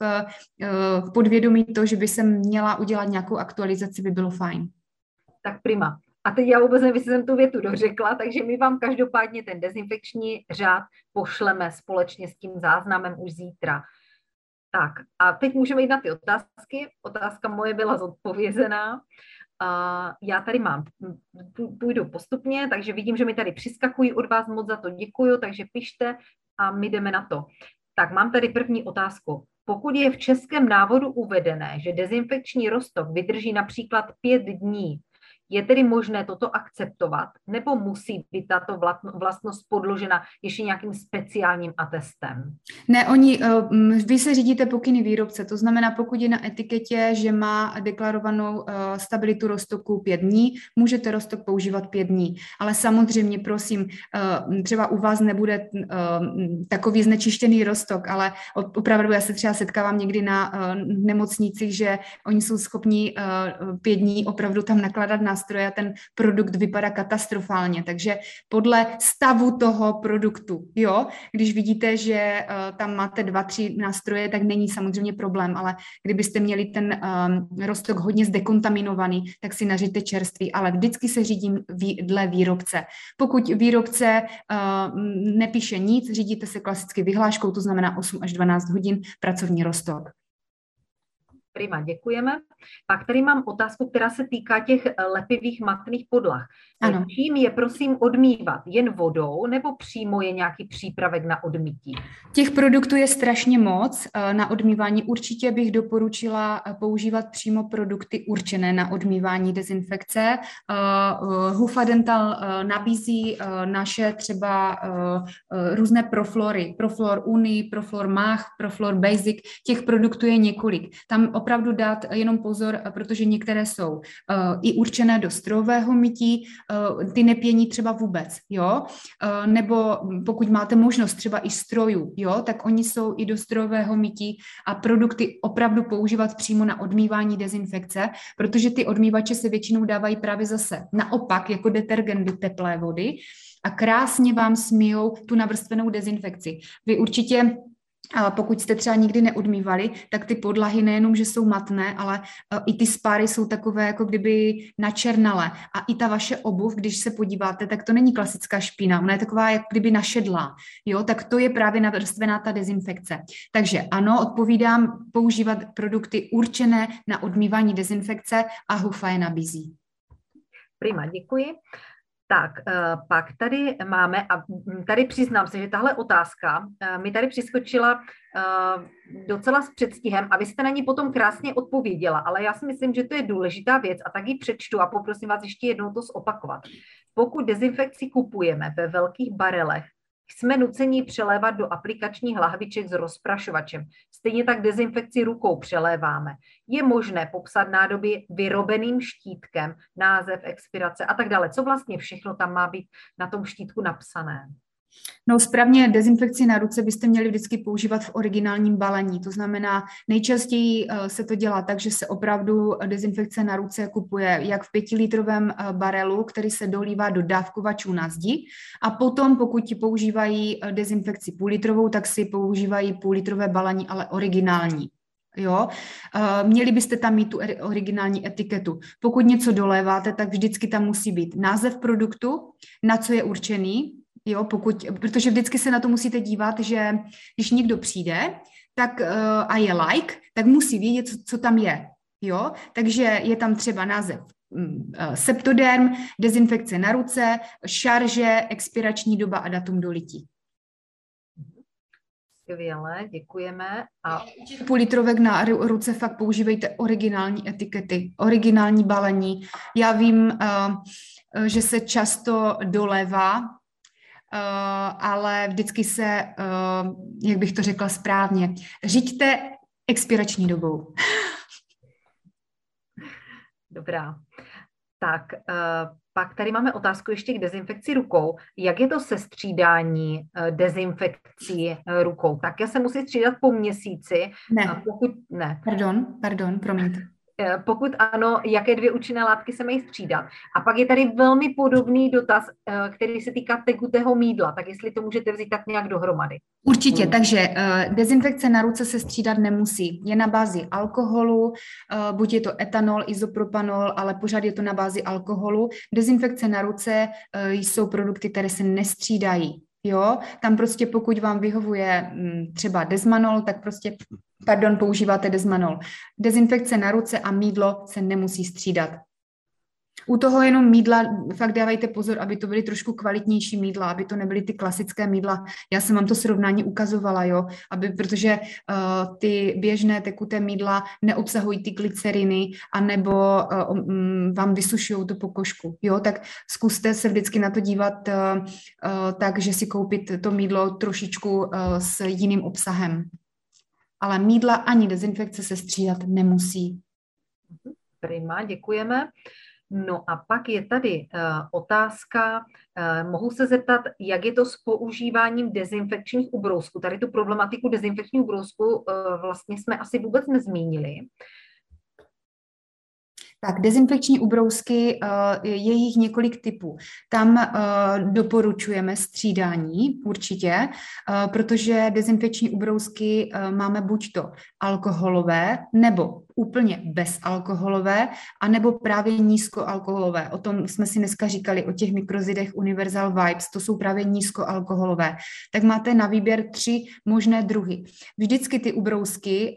v podvědomí to, že by se měla udělat nějakou aktualizaci, by bylo fajn. Tak prima. A teď já vůbec nevím, jestli jsem tu větu dořekla, takže my vám každopádně ten dezinfekční řád pošleme společně s tím záznamem už zítra. Tak a teď můžeme jít na ty otázky. Otázka moje byla zodpovězená. Já tady půjdu postupně, takže vidím, že mi tady přiskakují od vás, moc za to děkuju, takže pište a my jdeme na to. Tak mám tady první otázku. Pokud je v českém návodu uvedené, že dezinfekční roztok vydrží například 5 dní, je tedy možné toto akceptovat, nebo musí být tato vlastnost podložena ještě nějakým speciálním atestem? Ne, vy se řídíte pokyny výrobce, to znamená, pokud je na etiketě, že má deklarovanou stabilitu roztoku 5 dní, můžete roztok používat 5 dní. Ale samozřejmě, prosím, třeba u vás nebude takový znečištěný roztok, ale opravdu já se třeba setkávám někdy na nemocnicích, že oni jsou schopni 5 dní opravdu tam nakládat nástroje a ten produkt vypadá katastrofálně. Takže podle stavu toho produktu, jo, když vidíte, že tam máte 2-3 nástroje, tak není samozřejmě problém, ale kdybyste měli ten roztok hodně zdekontaminovaný, tak si nařiďte čerstvý, ale vždycky se řídím dle výrobce. Pokud výrobce nepíše nic, řídíte se klasicky vyhláškou, to znamená 8 až 12 hodin pracovní roztok. Prima, děkujeme. Pak tady mám otázku, která se týká těch lepivých matných podlah. Ano. Čím je prosím odmývat? Jen vodou nebo přímo je nějaký přípravek na odmytí? Těch produktů je strašně moc na odmývání. Určitě bych doporučila používat přímo produkty určené na odmývání dezinfekce. Hufa Dental nabízí naše třeba různé Proflory. Proflor Uni, Proflor Mach, Proflor Basic. Těch produktů je několik. Tam opravdu dát jenom pozor, protože některé jsou i určené do strojového mytí, ty nepění třeba vůbec, jo? Nebo pokud máte možnost třeba i strojů, jo, tak oni jsou i do strojového mytí a produkty opravdu používat přímo na odmývání dezinfekce, protože ty odmývače se většinou dávají právě zase naopak jako detergent do teplé vody a krásně vám smijou tu navrstvenou dezinfekci. Vy určitě pokud jste třeba nikdy neodmývali, tak ty podlahy nejenom, že jsou matné, ale i ty spáry jsou takové, jako kdyby načernalé. A i ta vaše obuv, když se podíváte, tak to není klasická špína, ona je taková, jak kdyby našedlá. Jo, tak to je právě navrstvená ta dezinfekce. Takže ano, odpovídám používat produkty určené na odmývání dezinfekce a Hufa je nabízí. Prima, děkuji. Tak, pak tady máme, a tady přiznám se, že tahle otázka mi tady přiskočila docela s předstihem a vy jste na ní potom krásně odpověděla, ale já si myslím, že to je důležitá věc a tak ji přečtu a poprosím vás ještě jednou to zopakovat. Pokud dezinfekci kupujeme ve velkých barelech, jsme nuceni přelévat do aplikačních lahviček s rozprašovačem. Stejně tak dezinfekci rukou přeléváme. Je možné popsat nádoby vyrobeným štítkem, název, expirace a tak dále. Co vlastně všechno tam má být na tom štítku napsané? No správně dezinfekci na ruce byste měli vždycky používat v originálním balení. To znamená, nejčastěji se to dělá tak, že se opravdu dezinfekce na ruce kupuje jak v 5litrovém barelu, který se dolívá do dávkovačů na zdi. A potom, pokud používají dezinfekci půllitrovou, tak si používají půllitrové balení, ale originální. Jo? Měli byste tam mít tu originální etiketu. Pokud něco doléváte, tak vždycky tam musí být název produktu, na co je určený. Jo, protože vždycky se na to musíte dívat, že když někdo přijde tak, a je like, tak musí vědět, co tam je. Jo? Takže je tam třeba název Septoderm, dezinfekce na ruce, šarže, expirační doba a datum dolití. Skvěle, děkujeme. A půllitrovek na ruce fakt používejte originální etikety, originální balení. Já vím, že se často dolévá, ale vždycky se, jak bych to řekla správně, řiďte expirační dobou. Dobrá. Tak, pak tady máme otázku ještě k dezinfekci rukou. Jak je to se střídání dezinfekcí rukou? Tak já se musí střídat po měsíci. Ne. Pokud ne. Pardon, promiňte. Pokud ano, jaké 2 účinné látky se mají střídat? A pak je tady velmi podobný dotaz, který se týká tekutého mýdla, tak jestli to můžete vzít tak nějak dohromady. Určitě, takže dezinfekce na ruce se střídat nemusí. Je na bázi alkoholu, buď je to etanol, izopropanol, ale pořád je to na bázi alkoholu. Dezinfekce na ruce jsou produkty, které se nestřídají. Jo, tam prostě pokud vám vyhovuje třeba desmanol, tak prostě, používáte desmanol. Dezinfekce na ruce a mýdlo se nemusí střídat. U toho jenom mýdla fakt dávajte pozor, aby to byly trošku kvalitnější mýdla, aby to nebyly ty klasické mýdla. Já jsem vám to srovnání ukazovala, jo, protože ty běžné tekuté mýdla neobsahují ty glyceriny, anebo vám vysušují tu pokožku, jo, tak zkuste se vždycky na to dívat tak, že si koupit to mýdlo trošičku s jiným obsahem. Ale mýdla ani dezinfekce se střídat nemusí. Prima, děkujeme. No a pak je tady otázka, mohu se zeptat, jak je to s používáním dezinfekčních ubrousků. Tady tu problematiku dezinfekčních ubrousků vlastně jsme asi vůbec nezmínili. Tak, dezinfekční ubrousky, je jich několik typů. Tam doporučujeme střídání určitě, protože dezinfekční ubrousky máme buď to alkoholové nebo úplně bezalkoholové, anebo právě nízkoalkoholové. O tom jsme si dneska říkali, o těch mikrozidech Universal Vibes, to jsou právě nízkoalkoholové. Tak máte na výběr 3 možné druhy. Vždycky ty ubrousky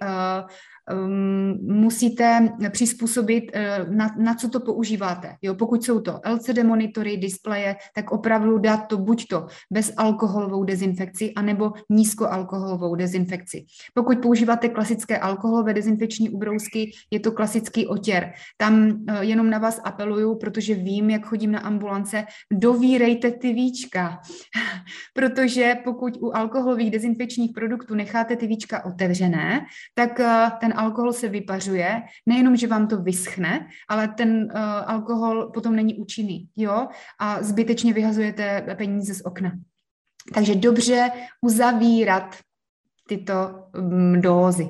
musíte přizpůsobit, na co to používáte. Jo, pokud jsou to LCD monitory, displeje, tak opravdu dát to buď to bezalkoholovou dezinfekci, anebo nízkoalkoholovou dezinfekci. Pokud používáte klasické alkoholové dezinfekční ubrousky, je to klasický otěr. Tam jenom na vás apeluju, protože vím, jak chodím na ambulance, dovírejte ty víčka, protože pokud u alkoholových dezinfekčních produktů necháte ty víčka otevřené, tak ten alkohol se vypařuje, nejenom, že vám to vyschne, ale ten alkohol potom není účinný, jo, a zbytečně vyhazujete peníze z okna. Takže dobře uzavírat tyto dózy.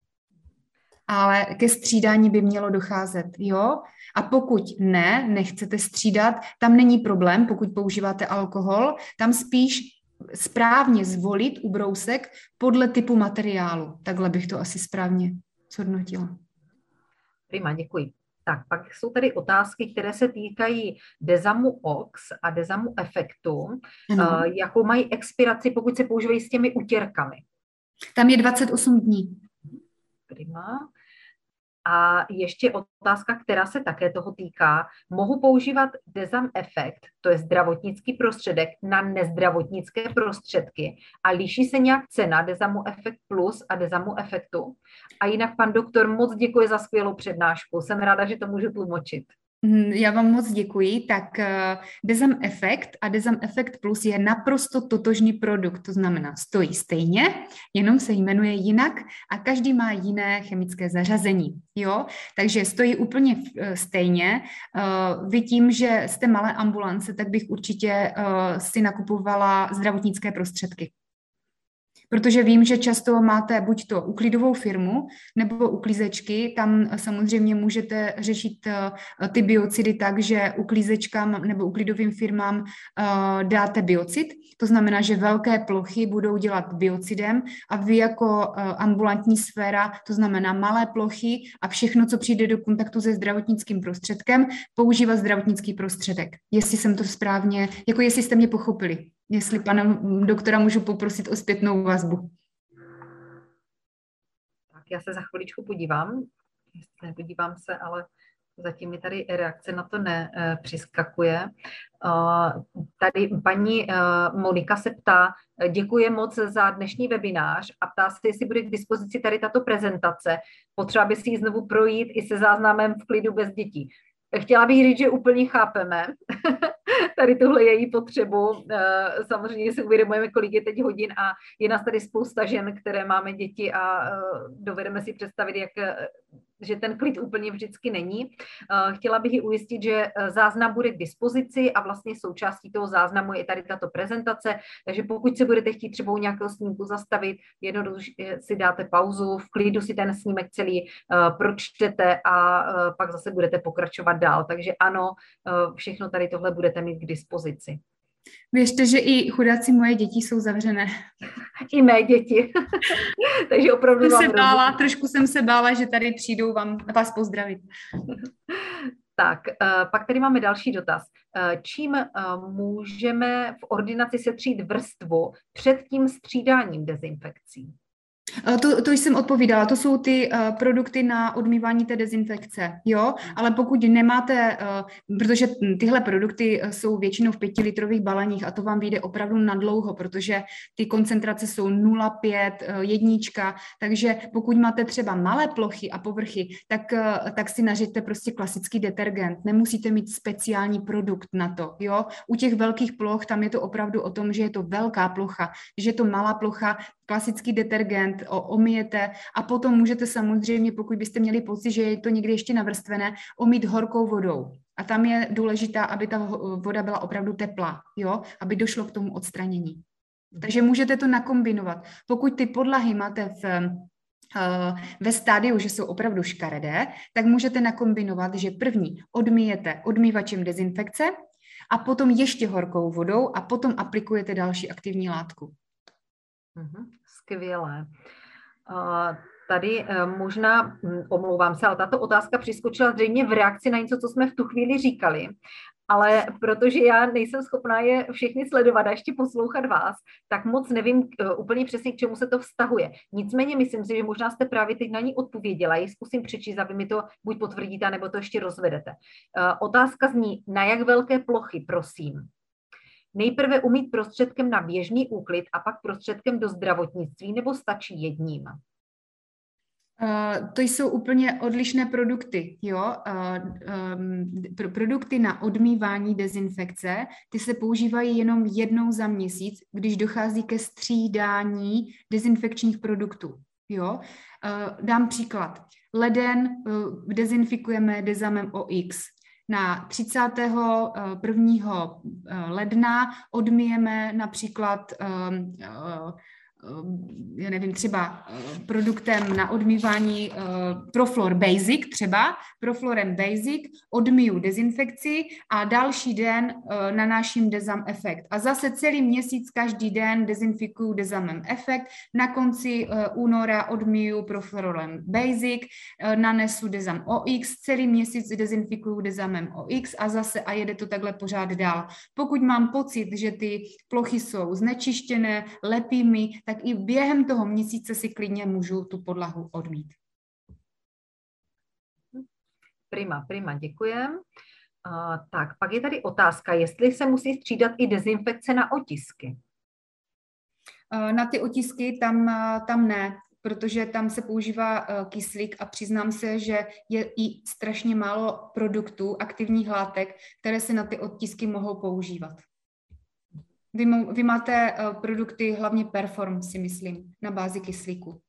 Ale ke střídání by mělo docházet, jo? A pokud nechcete střídat, tam není problém, pokud používáte alkohol, tam spíš správně zvolit ubrousek podle typu materiálu. Takhle bych to asi správně zhodnotila. Prima, děkuji. Tak, pak jsou tady otázky, které se týkají Dezamu Ox a Dezamu Effectu. Jakou mají expiraci, pokud se používají s těmi utěrkami? Tam je 28 dní. Prima. A ještě otázka, která se také toho týká. Mohu používat Dezam Effect, to je zdravotnický prostředek, na nezdravotnické prostředky a liší se nějak cena Dezamu Effect Plus a Dezamu Effectu? A jinak, pan doktor, moc děkuji za skvělou přednášku. Jsem ráda, že to můžu tlumočit. Já vám moc děkuji. Tak Dezam Effect a Dezam Effect Plus je naprosto totožný produkt, to znamená stojí stejně, jenom se jmenuje jinak a každý má jiné chemické zařazení. Jo? Takže stojí úplně stejně. Vy tím, že jste malé ambulance, tak bych určitě si nakupovala zdravotnické prostředky. Protože vím, že často máte buď to uklidovou firmu nebo uklízečky, tam samozřejmě můžete řešit ty biocidy tak, že uklízečkám nebo uklidovým firmám dáte biocid, to znamená, že velké plochy budou dělat biocidem a vy jako ambulantní sféra, to znamená malé plochy a všechno, co přijde do kontaktu se zdravotnickým prostředkem, používat zdravotnický prostředek. Jestli jsem to správně, jako jestli jste mě pochopili. Jestli pana doktora můžu poprosit o zpětnou vazbu. Tak já se za chviličku podívám. Nepodívám se, ale zatím mi tady reakce na to nepřiskakuje. Tady paní Monika se ptá, děkuji moc za dnešní webinář a ptá se, jestli bude k dispozici tady tato prezentace. Potřeba by si ji znovu projít i se záznamem v klidu bez dětí. Chtěla bych říct, že úplně chápeme tady tuhle její potřebu. Samozřejmě si uvědomujeme, kolik je teď hodin a je nás tady spousta žen, které máme děti a dovedeme si představit, že ten klid úplně vždycky není. Chtěla bych ji ujistit, že záznam bude k dispozici a vlastně součástí toho záznamu je tady tato prezentace, takže pokud se budete chtít třeba u nějakého snímku zastavit, jednoduše si dáte pauzu, v klidu si ten snímek celý pročtete a pak zase budete pokračovat dál. Takže ano, všechno tady tohle budete mít k dispozici. Věřte, že i chudáci moje děti jsou zavřené. I mé děti. Takže opravdu trošku jsem se bála, že tady přijdou vás pozdravit. Tak, pak tady máme další dotaz. Čím můžeme v ordinaci setřít vrstvu před tím střídáním dezinfekcí? To jsem odpovídala, to jsou ty produkty na odmývání té dezinfekce, jo, ale pokud nemáte, protože tyhle produkty jsou většinou v 5litrových baleních a to vám vyjde opravdu na dlouho, protože ty koncentrace jsou 0,5, 1, takže pokud máte třeba malé plochy a povrchy, tak si nařiďte prostě klasický detergent, nemusíte mít speciální produkt na to, jo. U těch velkých ploch tam je to opravdu o tom, že je to velká plocha, že je to malá plocha, klasický detergent omyjete a potom můžete samozřejmě, pokud byste měli pocit, že je to někdy ještě navrstvené, omýt horkou vodou. A tam je důležitá, aby ta voda byla opravdu teplá, jo? Aby došlo k tomu odstranění. Takže můžete to nakombinovat. Pokud ty podlahy máte ve stádiu, že jsou opravdu škaredé, tak můžete nakombinovat, že první odmyjete odmývačem dezinfekce a potom ještě horkou vodou a potom aplikujete další aktivní látku. Skvělé. Tady možná, omlouvám se, ale tato otázka přiskočila zřejmě v reakci na něco, co jsme v tu chvíli říkali. Ale protože já nejsem schopná je všechny sledovat a ještě poslouchat vás, tak moc nevím úplně přesně, k čemu se to vztahuje. Nicméně myslím si, že možná jste právě teď na ní odpověděla. Ji zkusím přečíst, aby mi to buď potvrdíte, nebo to ještě rozvedete. Otázka zní, na jak velké plochy, prosím? Nejprve umýt prostředkem na běžný úklid a pak prostředkem do zdravotnictví, nebo stačí jedním? To jsou úplně odlišné produkty, jo. Produkty na odmývání dezinfekce, ty se používají jenom jednou za měsíc, když dochází ke střídání dezinfekčních produktů, jo. Dám příklad. Leden dezinfikujeme Dezamem OX. Na 31. ledna odmyjeme například já nevím, třeba produktem na odmývání Proflor Basic třeba, Proflorem Basic, odmyju dezinfekci a další den nanáším Dezam Effect. A zase celý měsíc, každý den dezinfikuju Dezamem Effect, na konci února odmyju Proflorem Basic, nanesu Dezam OX, celý měsíc dezinfikuju Dezamem OX a zase a jede to takhle pořád dál. Pokud mám pocit, že ty plochy jsou znečištěné, lepí mi, tak i během toho měsíce si klidně můžu tu podlahu odmít. Prima, děkujem. Tak, pak je tady otázka, jestli se musí střídat i dezinfekce na otisky. Na ty otisky tam ne, protože tam se používá kyslík a přiznám se, že je i strašně málo produktů, aktivních látek, které se na ty otisky mohou používat. Vy máte produkty, hlavně Perform, si myslím, na bázi kyslíku.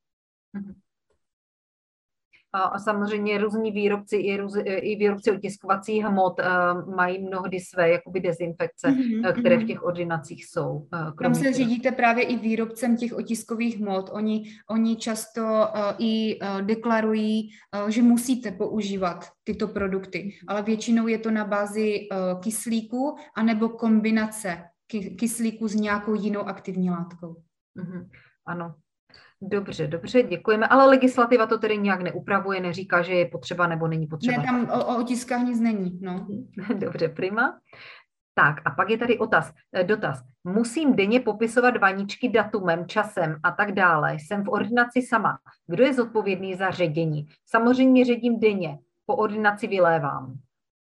A samozřejmě různí výrobci i výrobci otiskovacích hmot mají mnohdy své jakoby dezinfekce, které v těch ordinacích jsou. Tam se řídíte právě i výrobcem těch otiskových hmot. Oni často i deklarují, že musíte používat tyto produkty, ale většinou je to na bázi kyslíku anebo kombinace kyslíku s nějakou jinou aktivní látkou. Ano. Dobře, děkujeme, ale legislativa to tedy nějak neupravuje, neříká, že je potřeba nebo není potřeba. Ne, tam o otiskách nic není, no. Dobře, prima. Tak a pak je tady dotaz. Musím denně popisovat vaničky datumem, časem a tak dále. Jsem v ordinaci sama. Kdo je zodpovědný za ředění? Samozřejmě ředím denně, po ordinaci vylévám.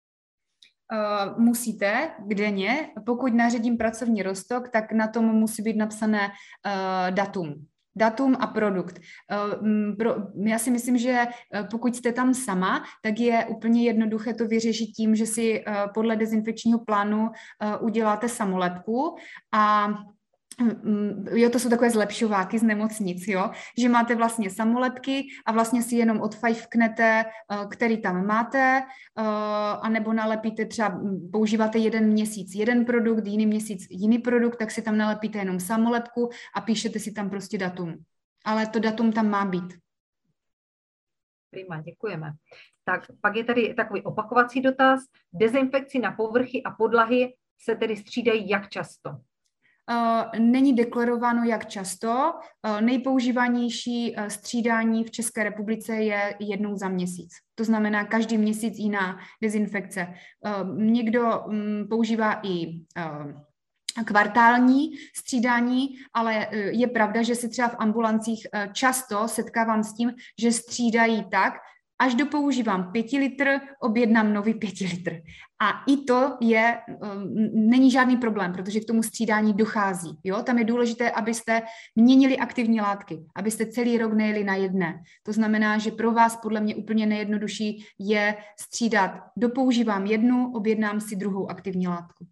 Musíte denně, pokud naředím pracovní roztok, tak na tom musí být napsané datum a produkt. Já si myslím, že pokud jste tam sama, tak je úplně jednoduché to vyřešit tím, že si podle dezinfekčního plánu uděláte samolepku a jo, to jsou takové zlepšováky z nemocnic, jo, že máte vlastně samolepky a vlastně si jenom odfajfknete, který tam máte, anebo nalepíte třeba, používáte jeden měsíc jeden produkt, jiný měsíc jiný produkt, tak si tam nalepíte jenom samolepku a píšete si tam prostě datum. Ale to datum tam má být. Prima, děkujeme. Tak pak je tady takový opakovací dotaz. Dezinfekci na povrchy a podlahy se tedy střídají jak často? Není deklarováno, jak často. Nejpoužívanější střídání v České republice je jednou za měsíc. To znamená každý měsíc jiná dezinfekce. Někdo používá i kvartální střídání, ale je pravda, že se třeba v ambulancích často setkávám s tím, že střídají tak, až dopoužívám 5 litr, objednám nový 5 litr. A i to není žádný problém, protože k tomu střídání dochází. Jo? Tam je důležité, abyste měnili aktivní látky, abyste celý rok nejeli na jedné. To znamená, že pro vás podle mě úplně nejjednodušší je střídat. Dopoužívám jednu, objednám si druhou aktivní látku.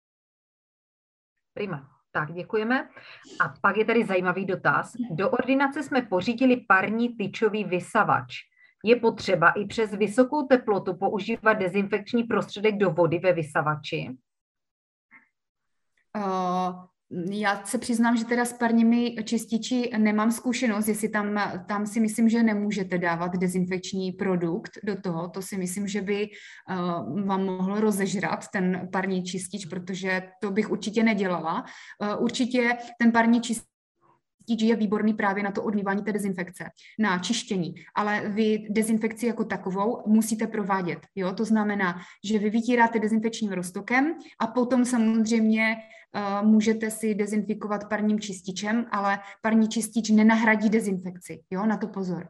Prima. Tak, děkujeme. A pak je tady zajímavý dotaz. Do ordinace jsme pořídili parní tyčový vysavač. Je potřeba i přes vysokou teplotu používat dezinfekční prostředek do vody ve vysavači? Já se přiznám, že teda s parními čističi nemám zkušenost, jestli tam si myslím, že nemůžete dávat dezinfekční produkt do toho. To si myslím, že by vám mohlo rozežrat ten parní čistič, protože to bych určitě nedělala. Určitě ten parní čistič čistič je výborný právě na to odmývání té dezinfekce, na čištění, ale vy dezinfekci jako takovou musíte provádět. Jo? To znamená, že vy vytíráte dezinfekčním roztokem a potom samozřejmě můžete si dezinfikovat parním čističem, ale parní čistič nenahradí dezinfekci. Jo? Na to pozor.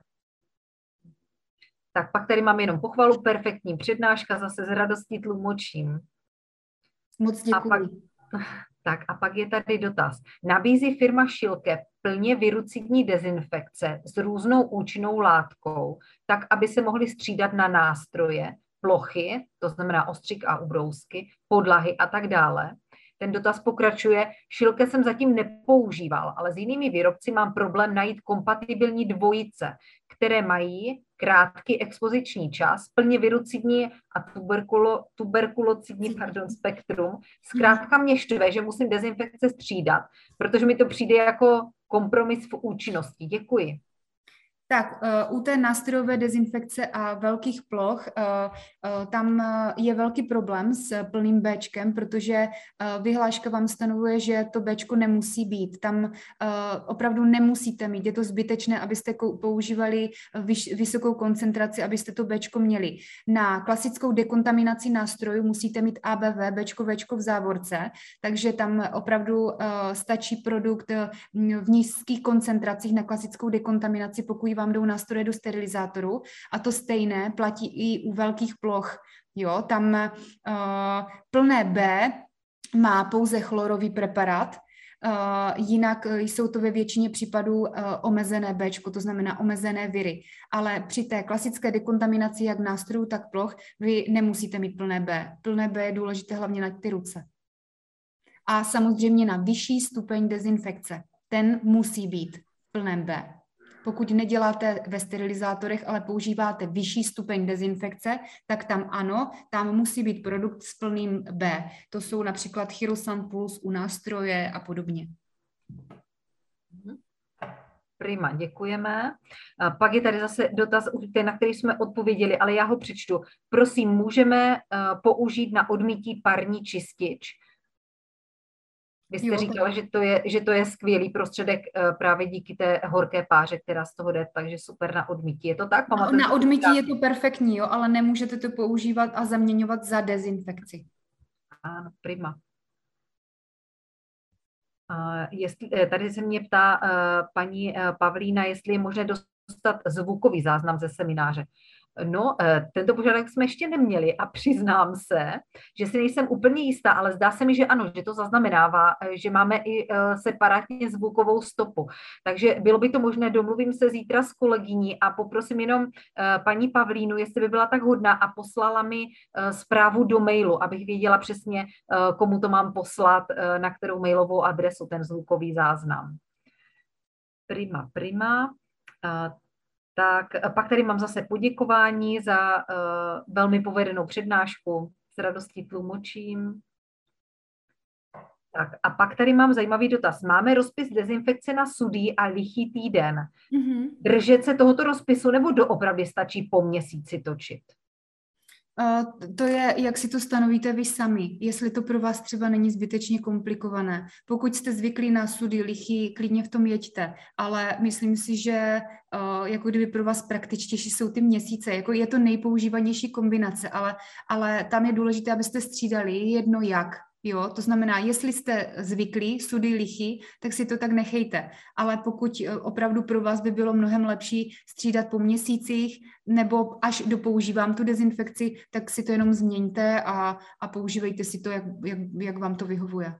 Tak pak tady mám jenom pochvalu, perfektní přednáška, zase s radostí tlumočím. Moc děkuji. A pak je tady dotaz. Nabízí firma Schilke plně virucidní dezinfekce s různou účinnou látkou, tak, aby se mohly střídat na nástroje, plochy, to znamená ostřik a ubrousky, podlahy a tak dále. Ten dotaz pokračuje. Schilke jsem zatím nepoužíval, ale s jinými výrobci mám problém najít kompatibilní dvojice, které mají krátký expoziční čas, plně virucidní a tuberkulocidní spektrum. Zkrátka mě štve, že musím dezinfekce střídat, protože mi to přijde jako kompromis v účinnosti. Děkuji. Tak u té nástrojové dezinfekce a velkých ploch tam je velký problém s plným Bčkem, protože vyhláška vám stanovuje, že to Bčko nemusí být. Tam opravdu nemusíte mít. Je to zbytečné, abyste používali vysokou koncentraci, abyste to Bčko měli. Na klasickou dekontaminaci nástrojů musíte mít ABV, Bčko, Včko v závorce, takže tam opravdu stačí produkt v nízkých koncentracích na klasickou dekontaminaci, pokud vám jdou nástroje do sterilizátoru, a to stejné platí i u velkých ploch. Jo, tam plné B má pouze chlorový preparát, jinak jsou to ve většině případů omezené Bčko, to znamená omezené viry. Ale při té klasické dekontaminaci jak nástrojů, tak ploch vy nemusíte mít plné B. Plné B je důležité hlavně na ty ruce. A samozřejmě na vyšší stupeň dezinfekce. Ten musí být v plném B. Pokud neděláte ve sterilizátorech, ale používáte vyšší stupeň dezinfekce, tak tam ano, tam musí být produkt s plným B. To jsou například Chirosan Plus u nástroje a podobně. Prima, děkujeme. A pak je tady zase dotaz, na který jsme odpověděli, ale já ho přečtu. Prosím, můžeme použít na odmítí parní čistič? Vy jste říkala, že to je skvělý prostředek právě díky té horké páře, která z toho jde, takže super na odmítí. Je to tak? Na odmítí je to perfektní, jo, ale nemůžete to používat a zaměňovat za dezinfekci. Ano, prima. Tady se mě ptá paní Pavlína, jestli je možné dostat zvukový záznam ze semináře. No, tento požadavek jsme ještě neměli a přiznám se, že si nejsem úplně jistá, ale zdá se mi, že ano, že to zaznamenává, že máme i separátně zvukovou stopu. Takže bylo by to možné, domluvím se zítra s kolegyní a poprosím jenom paní Pavlínu, jestli by byla tak hodná a poslala mi zprávu do mailu, abych věděla přesně, komu to mám poslat, na kterou mailovou adresu ten zvukový záznam. Prima. Tak pak tady mám zase poděkování za velmi povedenou přednášku. S radostí tlumočím. Tak a pak tady mám zajímavý dotaz. Máme rozpis dezinfekce na sudý a lichý týden. Držet se tohoto rozpisu nebo doopravdy stačí po měsíci točit? To je, jak si to stanovíte vy sami, jestli to pro vás třeba není zbytečně komplikované. Pokud jste zvyklí na sudy, lichy, klidně v tom jeďte, ale myslím si, že jako kdyby pro vás praktičtější jsou ty měsíce, jako je to nejpoužívanější kombinace, ale tam je důležité, abyste střídali jedno jak. Jo, to znamená, jestli jste zvyklí sudy, lichy, tak si to tak nechejte. Ale pokud opravdu pro vás by bylo mnohem lepší střídat po měsících nebo až dopoužívám tu dezinfekci, tak si to jenom změňte a používejte si to, jak vám to vyhovuje.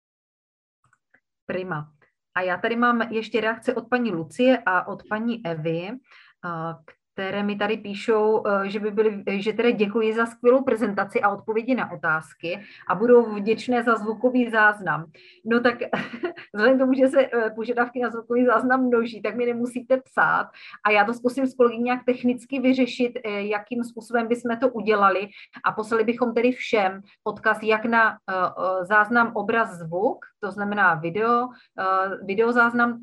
Prima. A já tady mám ještě reakce od paní Lucie a od paní Evy, které mi tady píšou, že teda děkuji za skvělou prezentaci a odpovědi na otázky a budou vděčné za zvukový záznam. No tak vzhledem k tomu, že se požadavky na zvukový záznam množí, tak mi nemusíte psát a já to zkusím s kolegyní nějak technicky vyřešit, jakým způsobem bychom to udělali a poslali bychom tedy všem odkaz jak na záznam obraz zvuk, to znamená videozáznam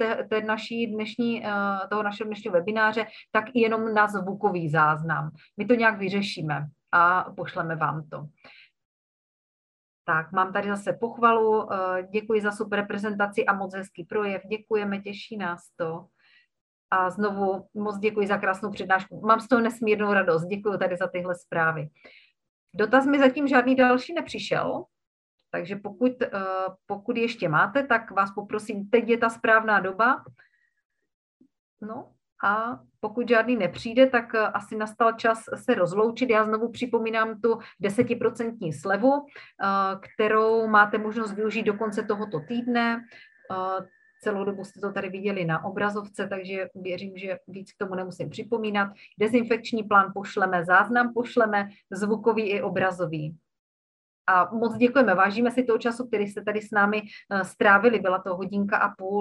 toho našeho dnešního webináře, tak i jenom na zvukový záznam. My to nějak vyřešíme a pošleme vám to. Tak, mám tady zase pochvalu, děkuji za super prezentaci a moc hezký projev, děkujeme, těší nás to. A znovu moc děkuji za krásnou přednášku. Mám z toho nesmírnou radost, děkuji tady za tyhle zprávy. Dotaz mi zatím žádný další nepřišel, takže pokud ještě máte, tak vás poprosím, teď je ta správná doba. No a pokud žádný nepřijde, tak asi nastal čas se rozloučit. Já znovu připomínám tu 10% slevu, kterou máte možnost využít do konce tohoto týdne. Celou dobu jste to tady viděli na obrazovce, takže věřím, že víc k tomu nemusím připomínat. Dezinfekční plán pošleme, záznam pošleme, zvukový i obrazový. A moc děkujeme, vážíme si toho času, který jste tady s námi strávili, byla to 1,5 hodiny.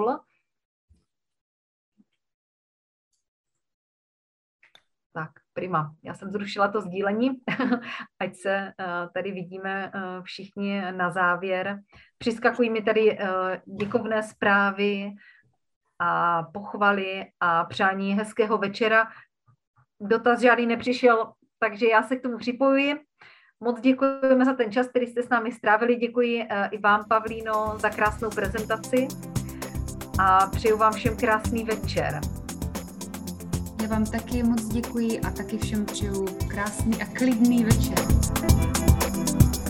Tak, prima. Já jsem zrušila to sdílení, ať se tady vidíme všichni na závěr. Přiskakují mi tady děkovné zprávy a pochvaly a přání hezkého večera. Dotaz žádný nepřišel, takže já se k tomu připojuji. Moc děkujeme za ten čas, který jste s námi strávili. Děkuji i vám, Pavlíno, za krásnou prezentaci a přeju vám všem krásný večer. Já vám taky moc děkuji a taky všem přeju krásný a klidný večer.